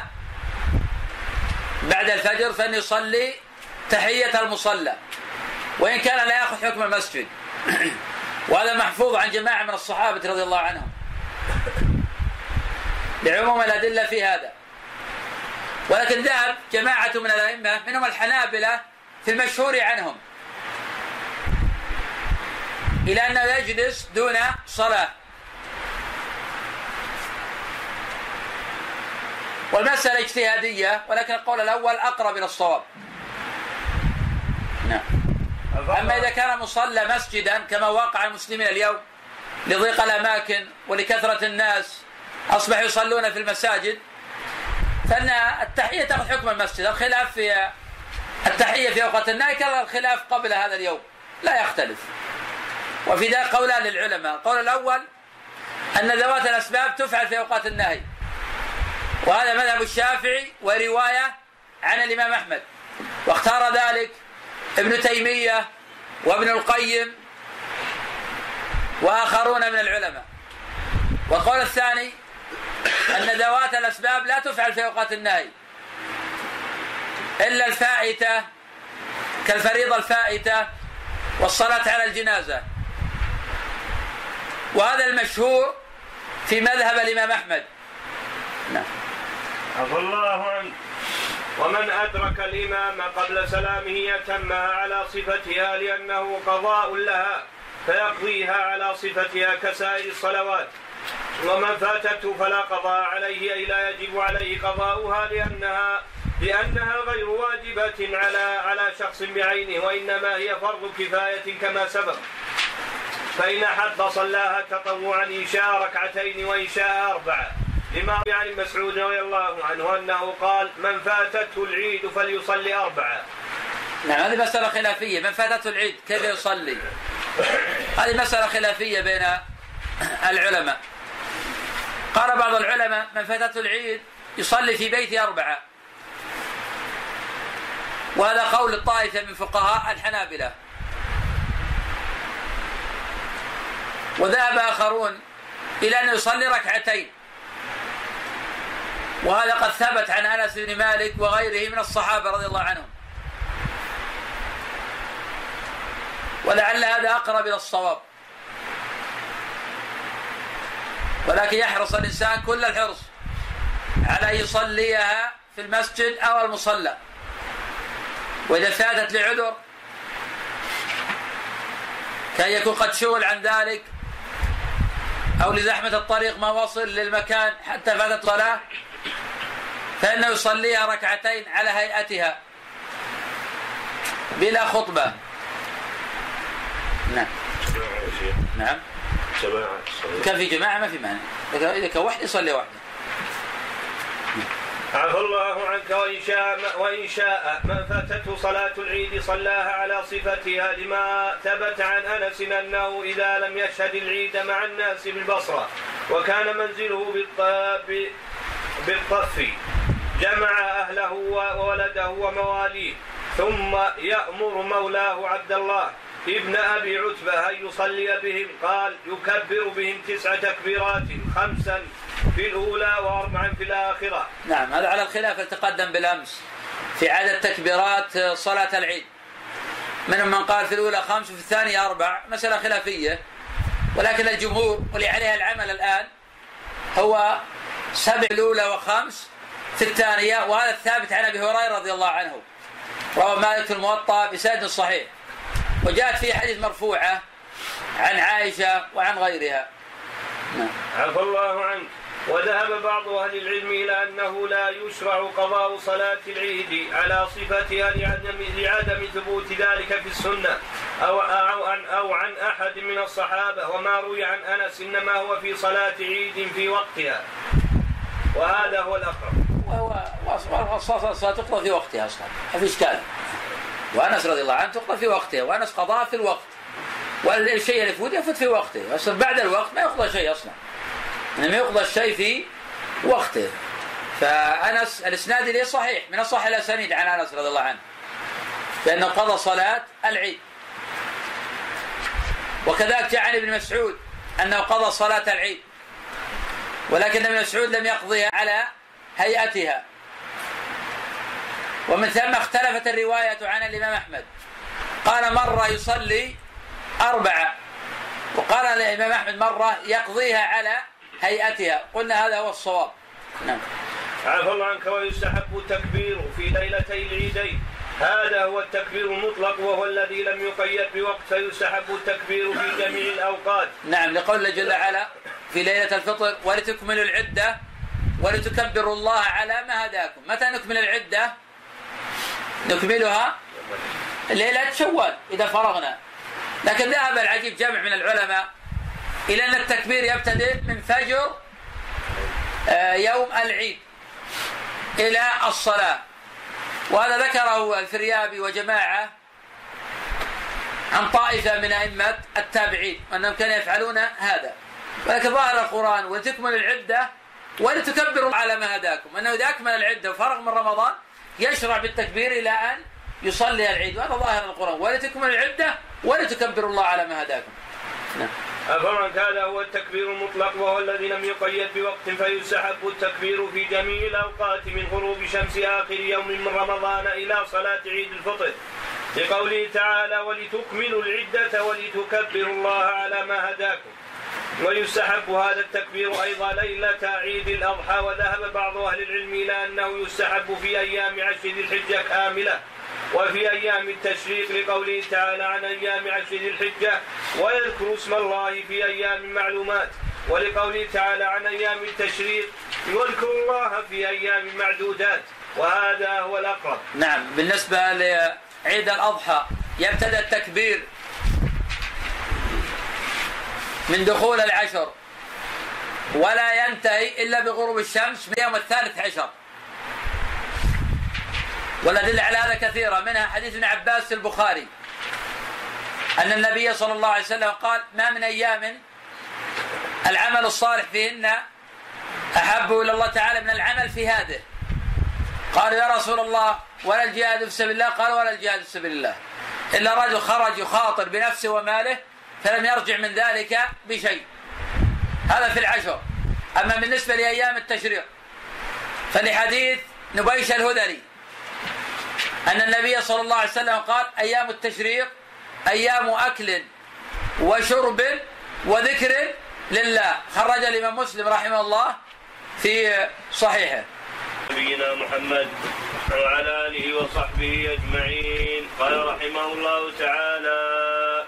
بعد الفجر فإن يصلي تحية المصلى وإن كان لا يأخذ حكم المسجد. وهذا محفوظ عن جماعة من الصحابة رضي الله عنهم لعموم الأدلة في هذا. ولكن ذهب جماعة من الأئمة منهم الحنابلة في المشهور عنهم إلى أنه يجلس دون صلاة، والمسألة اجتهادية، ولكن القول الأول أقرب إلى الصواب. نعم. أما إذا كان مصلى مسجدا كما واقع المسلمين اليوم لضيق الأماكن ولكثرة الناس أصبحوا يصلون في المساجد، فإن التحية تأخذ حكم المسجد. الخلاف في التحية في أوقات النهي كالخلاف قبل هذا اليوم لا يختلف. وفي ذلك قولان للعلماء: القول الأول أن ذوات الأسباب تفعل في أوقات النهي، وهذا مذهب الشافعي ورواية عن الإمام أحمد، واختار ذلك ابن تيمية وابن القيم وآخرون من العلماء. والقول الثاني أن ذوات الأسباب لا تفعل في أوقات النهي إلا الفائتة كالفريضة الفائتة والصلاة على الجنازة، وهذا المشهور في مذهب الإمام أحمد. نعم. عفى الله عنه. ومن أدرك الإمام قبل سلامه يتمها على صفتها لأنه قضاء لها فيقضيها على صفتها كسائر الصلوات. ومن فاتته فلا قضاء عليه أي لا يجب عليه قضاؤها لأنها لأنها غير واجبة على على شخص بعينه، وإنما هي فرض كفاية كما سبق. فإن أحب صلاها تطوعا إن شاء ركعتين وإن شاء أربعة، لما عن ابن مسعود رضي الله عنه أنه قال: من فاتته العيد فليصلي أربعة. نعم، هذه مسألة خلافية. من فاتته العيد كيف يصلي؟ هذه مسألة خلافية بين العلماء. قال بعض العلماء: من فاتته العيد يصلي في بيته أربعة، وهذا قول الطائفة من فقهاء الحنابلة. وذهب آخرون إلى أن يصلي ركعتين، وهذا قد ثبت عن أنس بن مالك وغيره من الصحابة رضي الله عنهم، ولعل هذا أقرب إلى الصواب. ولكن يحرص الإنسان كل الحرص على أن يصليها في المسجد أو المصلى، وإذا فاتت لعذر كان يكون قد شغل عن ذلك أو لزحمة الطريق ما وصل للمكان حتى فاتت صلاة، فإنه يصليها ركعتين على هيئتها بلا خطبة. نعم. نعم. كان في جماعة ما في معنى، إذا كان واحد يصلي واحدة. عفى الله عنك. وإن شاء, وإن شاء من فاتته صلاة العيد صلاها على صفتها، لما ثبت عن أنس أنه إذا لم يشهد العيد مع الناس بالبصرة وكان منزله بالطف جمع أهله وولده ومواليه، ثم يأمر مولاه عبد الله ابن أبي عتبة أن يصلي بهم. قال: يكبر بهم تسع تكبيرات، خمسا في الأولى وأربعا في الآخرة. نعم، هذا على الخلاف التقدم بالأمس في عدد تكبيرات صلاة العيد. منهم من قال في الأولى خمس وفي الثانية أربع، مسألة خلافية، ولكن الجمهور واللي عليها العمل الآن هو سبع الأولى وخمس في الثانية، وهذا الثابت عن أبي هريرة رضي الله عنه، رواه مالك في الموطأ بسند صحيح، وجاءت فيه حديث مرفوعة عن عائشة وعن غيرها. عفى الله عنه. وذهب بعض أهل العلم إلى أنه لا يشرع قضاء صلاة العيد على صفتها لعدم, لعدم ثبوت ذلك في السنة أو, أو, عن أو عن أحد من الصحابة، وما روي عن أنس إنما هو في صلاة عيد في وقتها، وهذا هو الأقرب. وهو الصلاة تقضى في وقتها أصلا، ما في إشكال. وأنس رضي الله عنه تقضى في وقتها، وأنس قضاء في الوقت، والشيء اللي يفوت يفوت في وقته، أصلا بعد الوقت ما يقضى شيء أصلا، ما يقضى الشيء في وقته. فأنس الإسناد ليه صحيح، من الصحيح الأسانيد عن أنس رضي الله عنه لأنه قضى صلاة العيد. وكذلك جاء عن ابن مسعود أنه قضى صلاة العيد، ولكن ابن مسعود لم يقضيها على هيئتها. ومن ثم اختلفت الرواية عن الإمام أحمد، قال مرة يصلي أربعة، وقال الإمام أحمد مرة يقضيها على هيئتها. قلنا هذا هو الصواب. نعم. عفى الله عنك. ويستحب التكبير في ليلتي العيدين، هذا هو التكبير المطلق وهو الذي لم يقيد بوقت، فيستحب التكبير في جميع الأوقات. نعم، لقول الله جل وعلا في ليلة الفطر ولتكملوا العدة ولتكبروا الله على ما هداكم. متى نكمل العدة؟ نكملها ليلة شوال إذا فرغنا. لكن ذهب العجيب جمع من العلماء إلى أن التكبير يبتدئ من فجر يوم العيد إلى الصلاة، وهذا ذكره الفريابي وجماعة عن طائفة من أئمة التابعين أنهم كانوا يفعلون هذا. ولكن ظاهر القرآن ولتكمل العدة ولتكبروا على ما هداكم، أنه إذا أكمل العدة وفرغ من رمضان يشرع بالتكبير إلى أن يصلي العيد، وهذا ظاهر القرآن ولتكمل العدة ولتكبروا الله على ما هداكم. نعم. أفرد هذا هو التكبير المطلق وهو الذي لم يقيد بوقت، فيستحب التكبير في جميع الأوقات من غروب شمس آخر يوم من رمضان إلى صلاة عيد الفطر، لقوله تعالى ولتكملوا العدة ولتكبروا الله على ما هداكم. ويستحب هذا التكبير أيضا ليلة عيد الأضحى، وذهب بعض أهل العلم إلى أنه يستحب في أيام عشر ذي الحجة كاملة وفي أيام التشريق، لقوله تعالى عن أيام عشر ذي الحجة ويذكر اسم الله في أيام معلومات، ولقوله تعالى عن أيام التشريق يذكر الله في أيام معدودات، وهذا هو الأقرب. نعم. بالنسبة لعيد الأضحى يبتدأ التكبير من دخول العشر ولا ينتهي إلا بغروب الشمس من يوم الثالث عشر، والأدلة على هذا كثيرة، منها حديث ابن عباس في البخاري أن النبي صلى الله عليه وسلم قال ما من أيام العمل الصالح فيهن أحب إلى الله تعالى من العمل في هذه. قالوا يا رسول الله ولا الجهاد في سبيل الله؟ قال ولا الجهاد في سبيل الله إلا رجل خرج يخاطر بنفسه وماله فلم يرجع من ذلك بشيء. هذا في العشر. أما بالنسبة لأيام التشريق فلحديث نبيش الهذلي أن النبي صلى الله عليه وسلم قال أيام التشريق أيام أكل وشرب وذكر لله، خرج الإمام مسلم رحمه الله في صحيحه. نبينا محمد وعلى آله وصحبه أجمعين. قال رحمه الله تعالى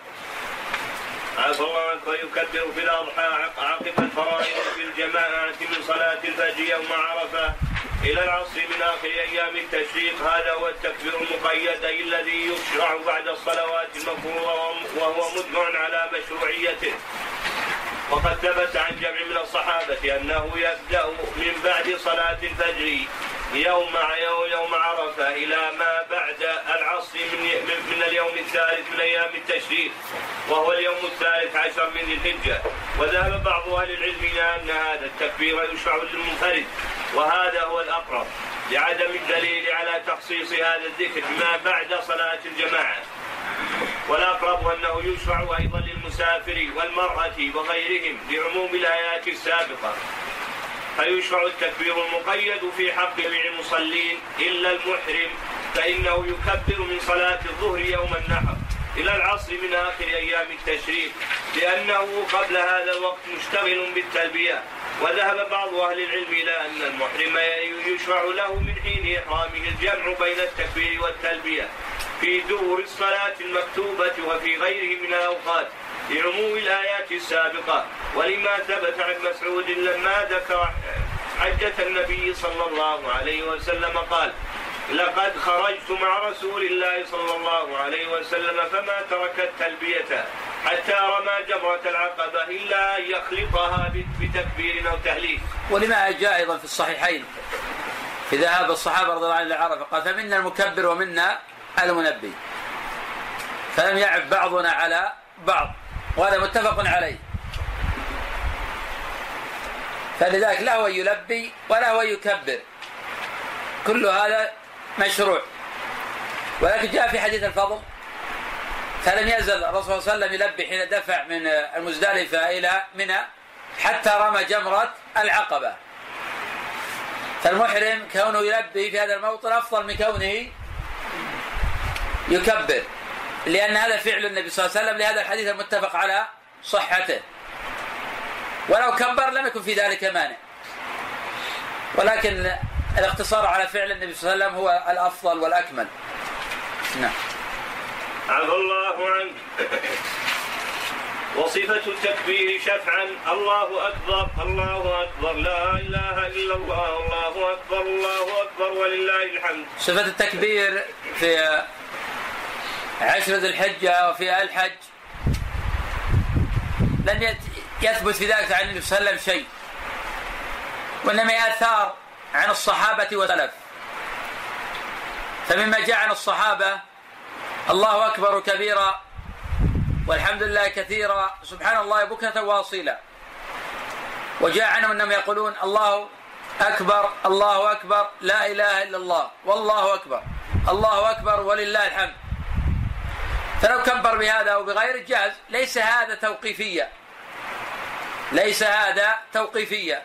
عفى الله عنك. ويكبر في الأضحى عقب الفرائض في الجماعة من صلاة الفجر يوم عرفة إلى العصر من آخر أيام التشريق، هذا هو التكبير المقيد أي الذي يشرع بعد الصلوات المفروضة وهو مجمع على مشروعيته. وقد ثبت عن جمع من الصحابة أنه يبدأ من بعد صلاة الفجر يوم يوم عرفة إلى ما بعد العصر من, من اليوم الثالث من أيام التشريق وهو اليوم الثالث عشر من ذي الحجة. وذهب بعض أهل العلم إلى أن هذا التكبير يشرع للمنفرد، وهذا هو الأقرب لعدم الدليل على تخصيص هذا الذكر ما بعد صلاة الجماعة. والأقرب أنه يشرع أيضا للمسافر والمرأة وغيرهم لعموم الآيات السابقة، فيشرع التكبير المقيد في حق جميع المصلين إلا المحرم، فإنه يكبر من صلاة الظهر يوم النحر إلى العصر من آخر أيام التشريق، لأنه قبل هذا الوقت مشتغل بالتلبية. وذهب بعض أهل العلم إلى أن المحرم يشرع له من حين إحرامه الجمع بين التكبير والتلبية في دور الصلاة المكتوبة وفي غيره من الأوقات لعموم الآيات السابقة، ولما ثبت عن مسعود لما ذكر حجة النبي صلى الله عليه وسلم قال لقد خرجت مع رسول الله صلى الله عليه وسلم فما ترك التلبية حتى رمى جمرة العقبة إلا أن يخلطها بتكبير أو تهليل. ولما جاء أيضا في الصحيحين في ذهاب الصحابة رضي الله عنهم إلى عرفة قال فمنا المكبر ومنا المنبه. فلم يعب بعضنا على بعض، وهذا متفق عليه. فلذلك لا هو يلبي ولا هو يكبر، كل هذا مشروع. ولكن جاء في حديث الفضل فلم يزل الرسول صلى الله عليه وسلم يلبي حين دفع من المزدلفة إلى منى حتى رمى جمرة العقبة. فالمحرم كونه يلبي في هذا الموطن أفضل من كونه يكبر، لأن هذا فعل النبي صلى الله عليه وسلم، لهذا الحديث المتفق على صحته. ولو كبر لم يكن في ذلك مانع، ولكن الاقتصار على فعل النبي صلى الله عليه وسلم هو الأفضل والأكمل. نعم. عفى الله عنك. وصفة التكبير شفعا: الله أكبر الله أكبر لا إله إلا الله الله أكبر الله أكبر ولله الحمد. صفة التكبير في عشر ذي الحجة وفي الحج لم يثبت في ذلك عن النبي صلى الله عليه وسلم شيء، وإنما آثار عن الصحابة والسلف. فمما جاء عن الصحابة: الله أكبر كبيرا والحمد لله كثيرا سبحان الله بكرة واصيلا. وجاء عنهم أنهم يقولون: الله أكبر الله أكبر لا إله إلا الله والله أكبر الله أكبر ولله الحمد. فلو كبر بهذا أو بغير جاز. ليس هذا توقيفيا، ليس هذا توقيفيا.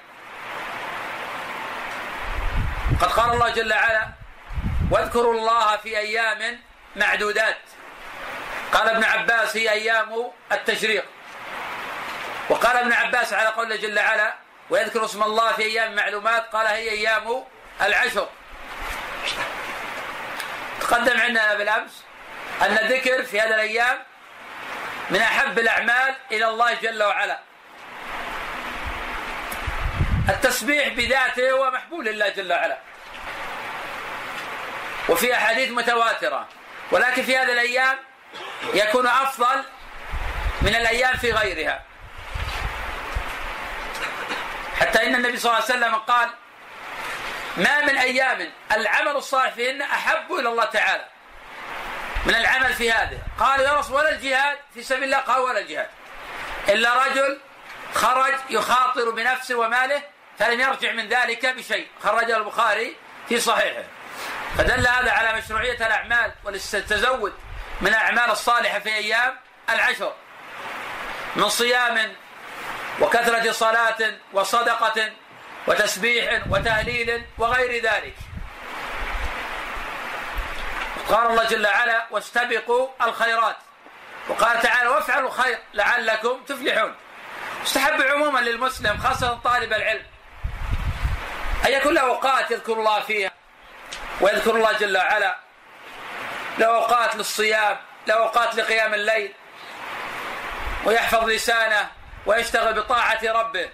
قد قال الله جل وعلا: واذكروا الله في أيام معدودات. قال ابن عباس: هي أيام التشريق. وقال ابن عباس على قول الله جل وعلا: ويذكر اسم الله في أيام معلومات، قال: هي أيام العشر. تقدم عندنا بالأمس أن الذكر في هذه الأيام من أحب الأعمال إلى الله جل وعلا. التسبيح بذاته هو محبوب لله جل وعلا، وفي أحاديث متواترة، ولكن في هذه الأيام يكون أفضل من الأيام في غيرها. حتى إن النبي صلى الله عليه وسلم قال: ما من أيام العمل الصالح فيهن أحب إلى الله تعالى من العمل في هذه. قال: يا رسول ولا الجهاد في سبيل الله؟ قال: ولا الجهاد، إلا رجل خرج يخاطر بنفسه وماله فلم يرجع من ذلك بشيء. خرجه البخاري في صحيحه. فدل هذا على مشروعية الأعمال والتزود من الأعمال الصالحة في أيام العشر من صيام وكثرة صلاة وصدقة وتسبيح وتهليل وغير ذلك. قال الله جل وعلا: واستبقوا الخيرات. وقال تعالى: وافعلوا الخير لعلكم تفلحون. استحب عموما للمسلم خاصة طالب العلم أن يكون له أوقات يذكر الله فيها ويذكر الله جل وعلا، له أوقات للصيام، له أوقات لقيام الليل، ويحفظ لسانه ويشتغل بطاعة ربه.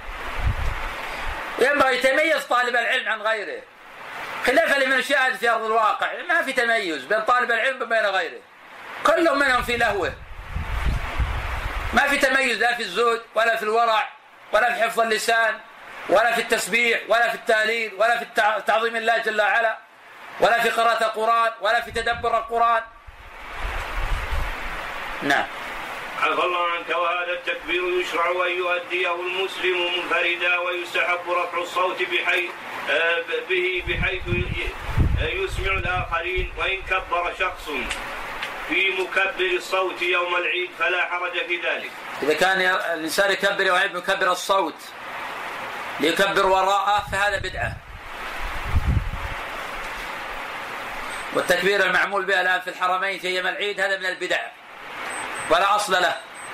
ينبغي يتميز طالب العلم عن غيره، خلافا لمن شاهد في أرض الواقع. ما في تميز بين طالب العلم وبين غيره، كل منهم في لهوه. ما في تميز لا في الزهد ولا في الورع ولا في حفظ اللسان ولا في التسبيح ولا في التهليل ولا في تعظيم الله جل وعلا ولا في قراءة القرآن ولا في تدبر القرآن. نعم. عفى الله عنك. وهذا التكبير يشرع أن يؤديه المسلم منفردا، ويستحب رفع الصوت بحيث به بحيث يسمع الآخرين. وإن كبر شخص في مكبر الصوت يوم العيد فلا حرج في ذلك. إذا كان الإنسان يكبر ويحب مكبر الصوت ليكبر وراءه فهذا بدعة. والتكبير المعمول به الآن في الحرمين في يوم العيد هذا من البدع ولا أصل له.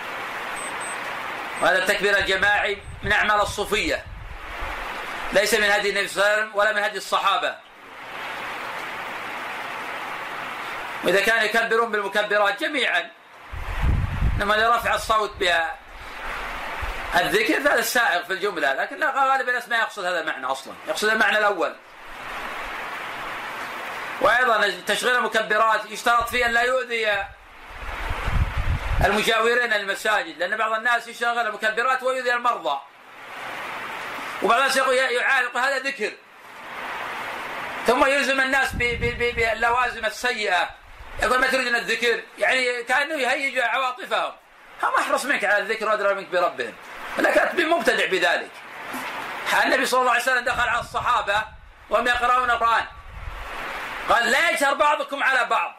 وهذا التكبير الجماعي من أعمال الصوفية، ليس من هدي النبي صلى الله عليه وسلم ولا من هدي الصحابة. وإذا كانوا يكبرون بالمكبرات جميعا إنما لرفع الصوت بالذكر فهذا السائغ في الجملة، لكن لا غالب الناس ما يقصد هذا المعنى أصلا، يقصد المعنى الأول. وأيضا تشغيل المكبرات يشترط فيه أن لا يؤذي المجاورين المساجد، لأن بعض الناس يشغل المكبرات ويؤذي المرضى، وبعض الناس يقول يعالق هذا ذكر، ثم يلزم الناس باللوازم السيئة يقول ما تريدون الذكر، يعني كأنه يهيج عواطفهم. هم أحرص منك على الذكر وأدرى منك بربهم، ولكن مبتدع بذلك. النبي صلى الله عليه وسلم دخل على الصحابة وهم يقرؤون القرآن، قال لا يجهر بعضكم على بعض،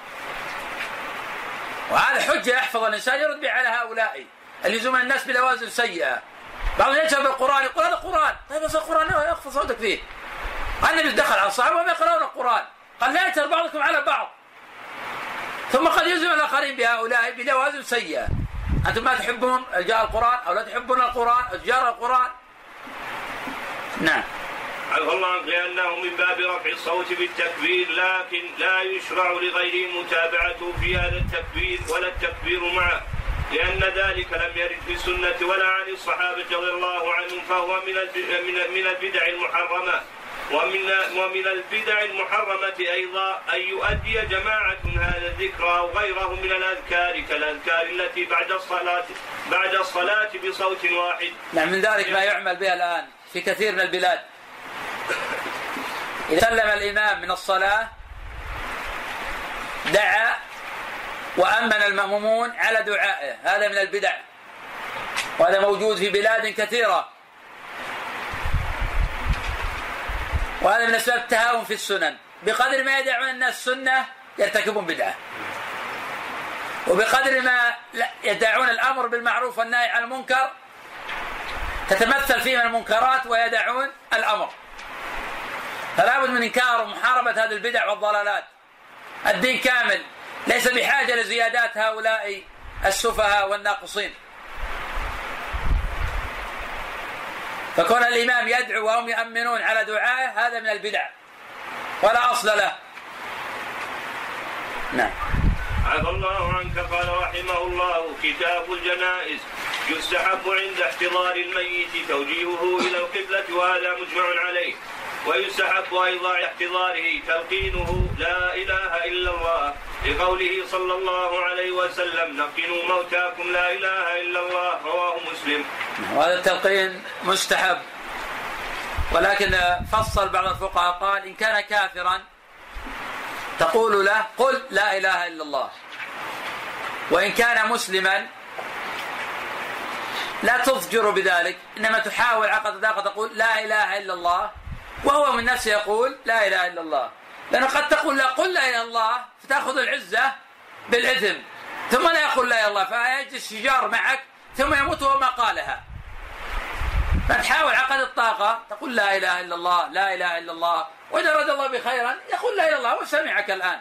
وهذا حجة يحفظ الإنسان يرد به على هؤلاء اللي يزومون الناس بلوازم سيئة. بعضهم يجهر بالقرآن يقول هذا القرآن، طيب بس القرآن يخفض صوتك فيه. النبي دخل على الصحابة وهم يقرؤون القرآن، قال لا يجهر بعضكم على بعض، ثم قد يزوم الآخرين بهؤلاء بلوازم سيئة. أنتم ما تحبون رجال القرآن أو لا تحبون القرآن أو تجار القرآن. نعم. عفى الله عنك لأنه من باب رفع الصوت بالتكبير، لكن لا يشرع لغيره متابعته في هذا التكبير ولا التكبير معه، لأن ذلك لم يرد في السنة ولا عن الصحابة رضي الله عنهم، فهو من من البدع المحرمة. ومن ومن البدع المحرمة أيضا أن يؤدي جماعة هذا الذكر أو غيره من الأذكار كالأذكار التي بعد الصلاة بعد الصلاة بصوت واحد. نعم، من ذلك ما يعمل به الآن في كثير من البلاد. إذا سلم الإمام من الصلاة دعا وأمن المأمومون على دعائه، هذا من البدع، وهذا موجود في بلاد كثيرة، وهذا من أسباب التهاون في السنن. بقدر ما يدعون الناس سنة يرتكبون بدعة، وبقدر ما يدعون الأمر بالمعروف والنهي عن المنكر تتمثل فيه من المنكرات ويدعون الأمر. فلا بد من إنكار ومحاربة هذه البدع والضلالات. الدين كامل، ليس بحاجة لزيادات هؤلاء السفهاء والناقصين. فكون الإمام يدعو وهم يؤمنون على دعائه هذا من البدع ولا أصل له. نعم. عفى الله عنك. قال رحمه الله: كتاب الجنائز. يستحب عند احتضار الميت توجيهه إلى القبلة، وهذا مجمع عليه. ويستحب أيضا احتضاره تلقينه لا إله إلا الله، لقوله صلى الله عليه وسلم: نقنوا موتاكم لا إله إلا الله، رواه مسلم. وهذا التلقين مستحب، ولكن فصل بعض الفقهاء قال إن كان كافرا تقول له قل لا إله إلا الله، وإن كان مسلما لا تضجر بذلك، إنما تحاول عقد ذاك تقول لا إله إلا الله وهو من نفسه يقول لا إله إلا الله، لأنه قد تقول لا قل لا إله إلا الله فتأخذ العزة بالإثم، ثم لا يقول لا إله إلا الله فيجلس شجار معك ثم يموت وما قالها. فتحاول عقد الطاقة تقول لا إله إلا الله لا إله إلا الله، وإذا رد الله بخيرا يقول لا إله إلا الله وسمعك الآن.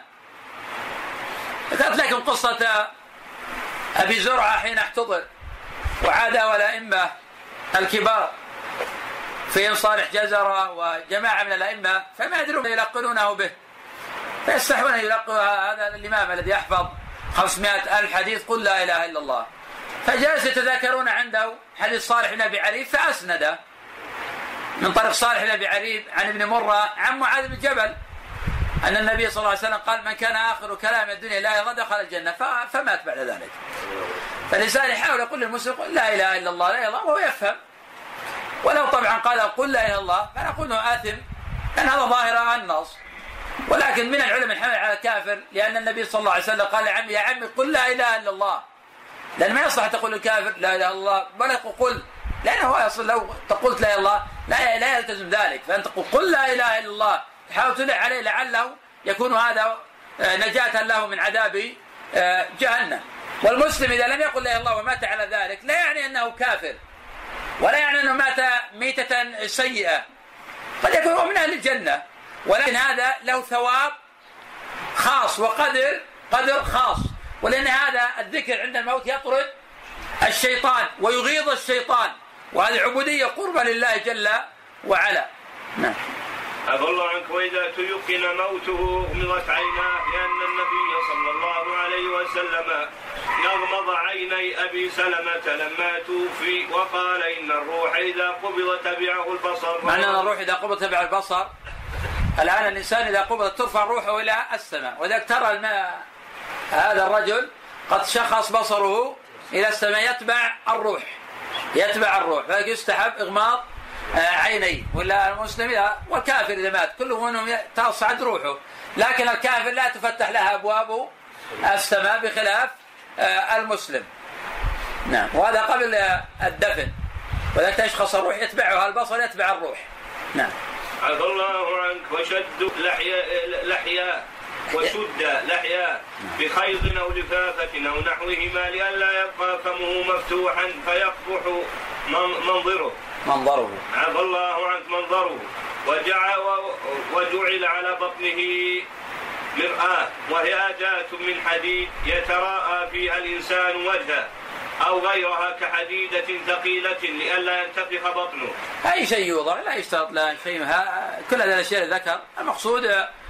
ذكرت لكم قصة أبي زرعة حين احتضر وعادوا الأئمة الكبار فيهم صالح جزرة وجماعة من الأئمة، فما يدرون يلقنونه به، فيستحون يلقوا هذا الإمام الذي يحفظ خمسمائة ألف حديث قل لا إله إلا الله. فجالس يتذاكرون عنده حديث صالح بن أبي عريب فأسند من طريق صالح بن أبي عريب عن ابن مرة عن معاذ بن جبل أن النبي صلى الله عليه وسلم قال: من كان آخر كلام الدنيا لا إله إلا الله دخل الجنة، فمات بعد ذلك. فالإنسان يحاول يقول للمسلم قل لا إله إلا الله لا إله إلا الله وهو يفهم، ولو طبعا قال قل لا إله إلا الله فنقول انه آثم، لأن هذا ظاهر النص. ولكن من العلم الحمل على الكافر، لأن النبي صلى الله عليه وسلم قال لعمي: يا عمي قل لا إله إلا الله، لأن ما يصلح تقول للكافر لا إله إلا الله بل قل، لأنه هو يصل لو قلت لا إله إلا الله لا, لا يلتزم ذلك، فأنت قل لا إله إلا الله تحاول تدع عليه لعله يكون هذا نجاة له من عذاب جهنم. والمسلم إذا لم يقل لا إله إلا الله ومات على ذلك لا يعني أنه كافر، ولا يعني أنه مات ميتة سيئة، قد يكون هو من أهل الجنة، ولكن هذا له ثواب خاص وقدر قدر خاص، ولأن هذا الذكر عند الموت يطرد الشيطان ويغيظ الشيطان، وهذه عبودية قربة لله جل وعلا. نعم. عفى الله عنك. وإذا تيقن موته غمضت عيناه، لأن النبي صلى الله عليه وسلم نغمض عيني أبي سلمة لما توفي وقال: إن الروح إذا قبض تبعه البصر. معنى أن الروح إذا قبض تبع البصر، الآن الإنسان إذا قبض ترفع روحه إلى السماء، وإذا ترى الماء هذا الرجل قد شخص بصره إلى السماء يتبع الروح يتبع الروح فيستحب إغماض عينيه، ولا المسلم إذا والكافر إذا مات كل منهم تصعد روحه، لكن الكافر لا تفتح لها أبواب السماء بخلاف المسلم. نعم. وهذا قبل الدفن، وإذا تشخص الروح يتبعها البصر يتبع الروح. نعم. عفى الله عنك. وشد لحيا لحيا وشد لحيا بخيط أو لفافة أو نحوهما لئلا يبقى فمه مفتوحا فيقبح منظره منظره عفى الله عنك منظره. وجعل, وجعل على بطنه مرآة وهي أداة من حديد يتراءى فيها الإنسان وجهه أو غيرها كحديدة ثقيلة لئلا ينتفخ بطنه. أي شيء يوضع لا يشترط لا شيء، كل هذه الأشياء ذكر. المقصود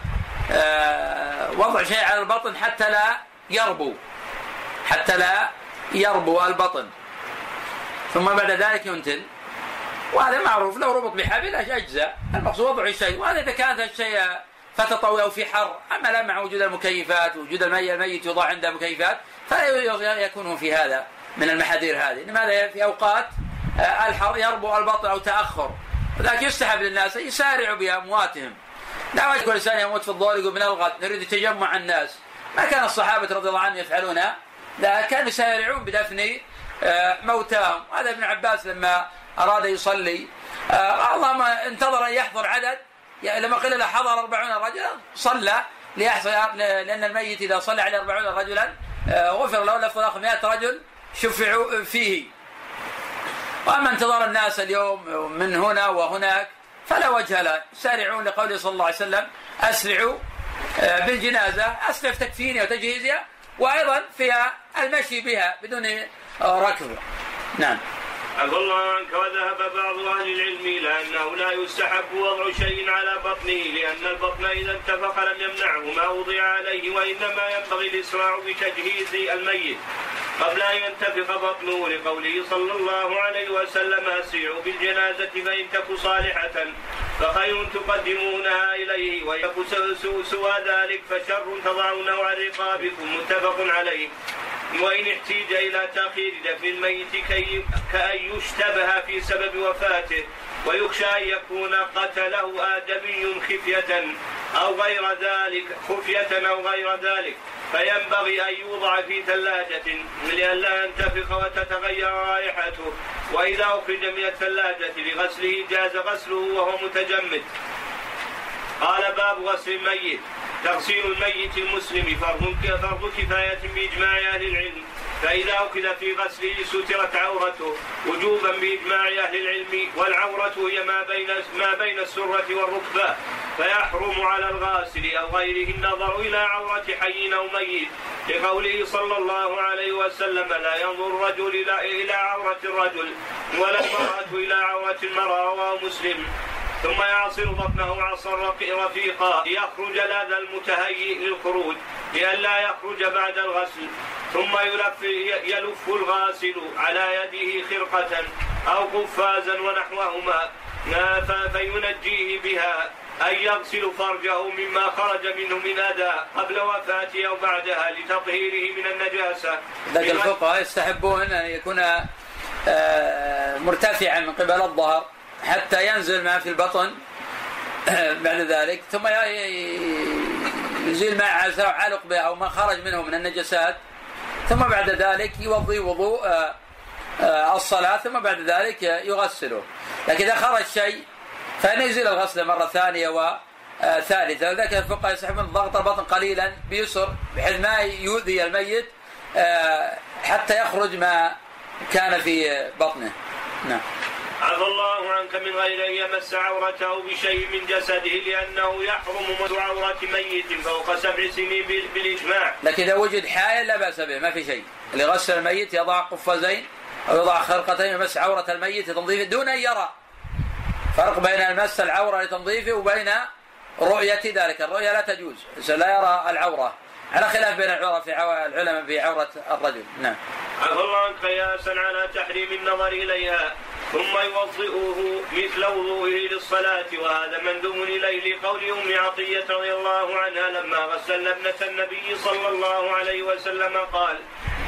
وضع شيء على البطن حتى لا يربو حتى لا يربو البطن، ثم بعد ذلك ينتل، وهذا معروف. لو ربط بحبل أجزاء. المقصود وضع الشيء، وهذا إذا كانت الشيء فترة طويلة أو في حر. أما لا مع وجود المكيفات وجود الميت يوضع عنده مكيفات فلا يكون في هذا من المحاذير هذه. إنما هذا في أوقات الحر يربو البطن أو تأخر، لكن يستحب للناس يسارعوا بأمواتهم. لا يكون الإنسان يموت في الظهر يقول من الغد نريد تجمع الناس. ما كان الصحابة رضي الله عنهم يفعلونها، لا كانوا يسارعون بدفن موتاهم. هذا ابن عباس لما أراد يصلي اللهم انتظر أن يحضر عدد، لما قيل له حضر أربعون رجلا صلى ليحصل، لأن الميت إذا صلى عليه أربعون رجلا غفر له. لفظ مئة رجل شفعوا فيه. وأما انتظار الناس اليوم من هنا وهناك فلا وجه له. سارعون لقوله صلى الله عليه وسلم أسرعوا بالجنازة، أسرع في تكفينها وتجهيزها، وأيضا فيها المشي بها بدون ركض. نعم. عفى الله عنك. وذهب بعض أهل العلم إلى أنه لا يستحب وضع شيء على بطنه، لأن البطن إذا انتفخ لم يمنعه ما وضع عليه، وإنما ينبغي الإسراع بتجهيز الميت قبل أن ينتفخ بطنه، لقوله صلى الله عليه وسلم أسرعوا بالجنازة فإن تك صالحة فخير تقدمونها إليه، وإن تك سوى ذلك فشر تضعونه عن رقابكم. متفق عليه. وإن احتيج إلى تأخير دفن الميت كأن يشتبه في سبب وفاته ويخشى أن يكون قتله آدمي خفية أو غير ذلك خفية أو غير ذلك فينبغي أن يوضع في ثلاجة لئلا ينتفخ وتتغير رائحته، وإذا أخرج من الثلاجة لغسله جاز غسله وهو متجمد. قال باب غسل الميت. تغسيل الميت المسلم فرض كفاية بإجماع أهل العلم، فإذا أخذ في غسله سترت عورته وجوبا بإجماع أهل العلم، والعورة هي ما بين ما بين السرة والركبة، فيحرم على الغاسل أو غيره النظر إلى عورة حي أو ميت، لقوله صلى الله عليه وسلم لا ينظر الرجل إلى عورة الرجل ولا المرأة إلى عورة المرأة، رواه مسلم. ثم يعصر بطنه عصا رفيقا ليخرج الأذى المتهيئ للخروج لئلا يخرج بعد الغسل، ثم يلف, يلف الغاسل على يده خرقة أو قفازا ونحوهما فينجيه بها، أن يغسل فرجه مما خرج منه من أذى قبل وفاته أو بعدها لتطهيره من النجاسة. لكن الفقهاء يستحبون أن يكون مرتفعا من قبل الظهر حتى ينزل ما في البطن بعد ذلك، ثم يزيل ما علق به أو ما خرج منه من النجاسات، ثم بعد ذلك يوضي وضوء الصلاة، ثم بعد ذلك يغسله. لكن إذا خرج شيء فنزل الغسل مرة ثانية وثالثة. ذلك الفقهاء يسحبون ضغط البطن قليلا بيسر بحيث ما يؤذي الميت حتى يخرج ما كان في بطنه. نعم. عفى الله عنك. من غير أن يمس عورته بشيء من جسده، لأنه يحرم مس عورة ميت فوق سبع سنين بالإجماع. لكن إذا وجد حائل لا بأس به، ما في شيء. اللي غسل الميت يضع قفازين أو يضع خرقتين يمس عورة الميت لتنظيفه دون أن يرى. فرق بين المس العورة لتنظيفه وبين رؤية ذلك. الرؤية لا تجوز، لا يرى العورة، على خلاف بين العلماء في عورة الرجل. نعم. عفى الله عنك. قياسا على تحريم النظر إليها، ثم يوضئه مثل وضوئه للصلاة، وهذا مندوب إليه لقول أم عطية رضي الله عنها لما غسلنا ابنة النبي صلى الله عليه وسلم قال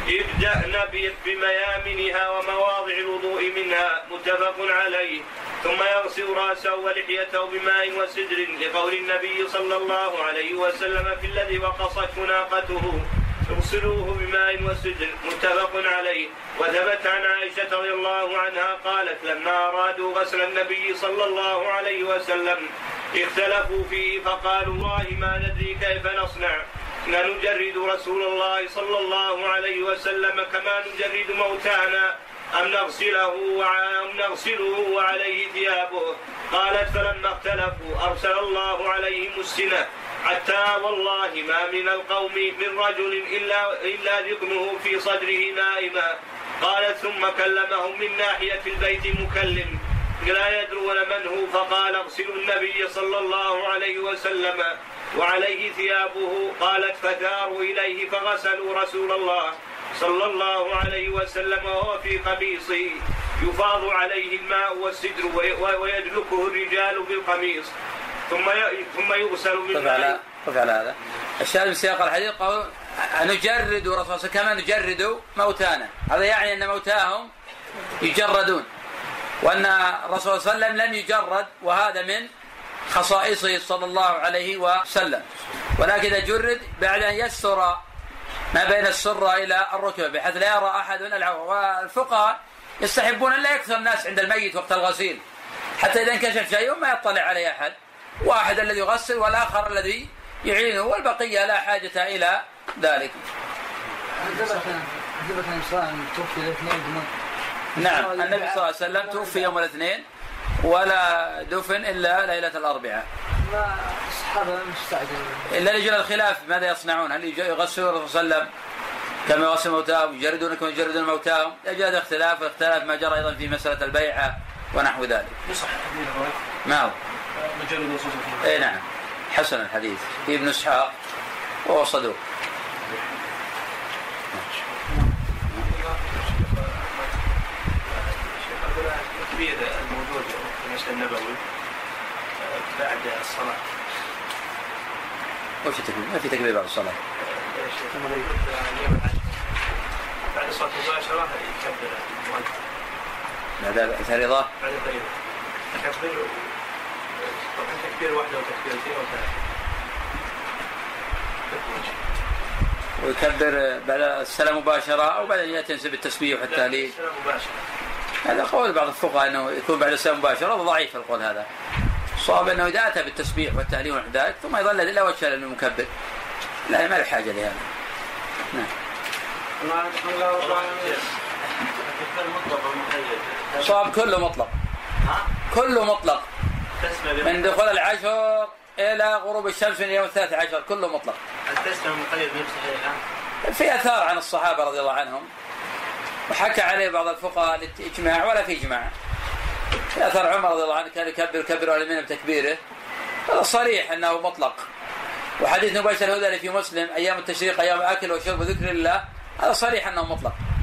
ابدأن بميامنها ومواضع الوضوء منها متفق عليه. ثم يغسل رأسه ولحيته بماء وسدر لقول النبي صلى الله عليه وسلم في الذي وقصته ناقته اغسلوه بماء وسدر متفق عليه. وثبت عن عائشة رضي الله عنها قالت لما أرادوا غسل النبي صلى الله عليه وسلم اختلفوا فيه فقالوا والله ما ندري كيف نصنع، نجرد رسول الله صلى الله عليه وسلم كما نجرد موتانا أم نغسله أم نغسله وعليه ثيابه. قالت فلما اختلفوا أرسل الله عليهم السنة حتى والله ما من القوم من رجل إلا, إلا ذقنه في صدره نائما. قالت ثم كلمهم من ناحية البيت مكلم لا يدرون من هو فقال اغسلوا النبي صلى الله عليه وسلم وعليه ثيابه. قالت فثاروا إليه فغسلوا رسول الله صلى الله عليه وسلم وهو في قميصه يفاض عليه الماء والسدر ويدلكه الرجال بالقميص ثم ثم يغسل بالماء. طف على هذا الشاهد من سياق الحديث قالوا نجرد رسول كما نجرد موتانا، هذا يعني أن موتاهم يجردون وأن الرسول صلى الله عليه وسلم لم يجرد، وهذا من خصائصه صلى الله عليه وسلم. ولكن إذا جرد بعد أن يستر ما بين السرة إلى الركبة بحيث لا يرى أحد العورة. والفقهاء يستحبون أن لا يكثر الناس عند الميت وقت الغسيل حتى إذا انكشف شيء ما يطلع عليه أحد، واحد الذي يغسل والآخر الذي يعينه والبقية لا حاجة إلى ذلك. نعم النبي صلى الله عليه وسلم توفي يوم الاثنين ولا دفن إلا ليلة الأربعاء. الصحابة مستعجلين إلا لجل الخلاف ماذا يصنعون، هل يغسلون الرسول صلى الله عليه وسلم كما يغسل موتاهم يجردون كما يجردون موتاهم؟ يجد اختلاف اختلاف ما جرى أيضا في مسألة البيعة ونحو ذلك. يصح الحديث هو نعم مجرد الرسول صلى الله عليه وسلم. اي نعم حسن الحديث في ابن اسحاق وهو صدوق. التكبير الموجود في المسجد النبوي بعد الصلاة. وش التكبير؟ ما في تكبير بعد الصلاة. بعد الصلاة مباشرة يكبر المؤذن. بعد الفريضة. بعد الفريضة. يكبر طبعا تكبير واحدة وتكبيرتين وثلاثة. ويكبر بعد السلام مباشرة أو بعد أن ينسب التسبيح والتهليل. السلام مباشرة. هذا قول بعض الفقهاء أنه يكون بعد السلام مباشرة، ضعيف القول هذا. الصواب أنه إذا أتى بالتسبيح والتهليل ونحو ذلك ثم يظل إلا وجه لأنه مكبر، لا ما له حاجة لهذا. نعم. صواب كله مطلق. كله مطلق. من دخول العشر إلى غروب الشمس من يوم الثالث عشر كله مطلق. التسليم المقيد نفسه في أثار عن الصحابة رضي الله عنهم وحكى عليه بعض الفقهاء للإجماع ولا في إجماع. في أثر عمر رضي الله عنه كان يكبر كبر أهل منه بتكبيره، هذا صريح أنه مطلق. وحديث نبيش الهدى في مسلم أيام التشريق أيام أكل وشرب وذكر الله هذا صريح أنه مطلق.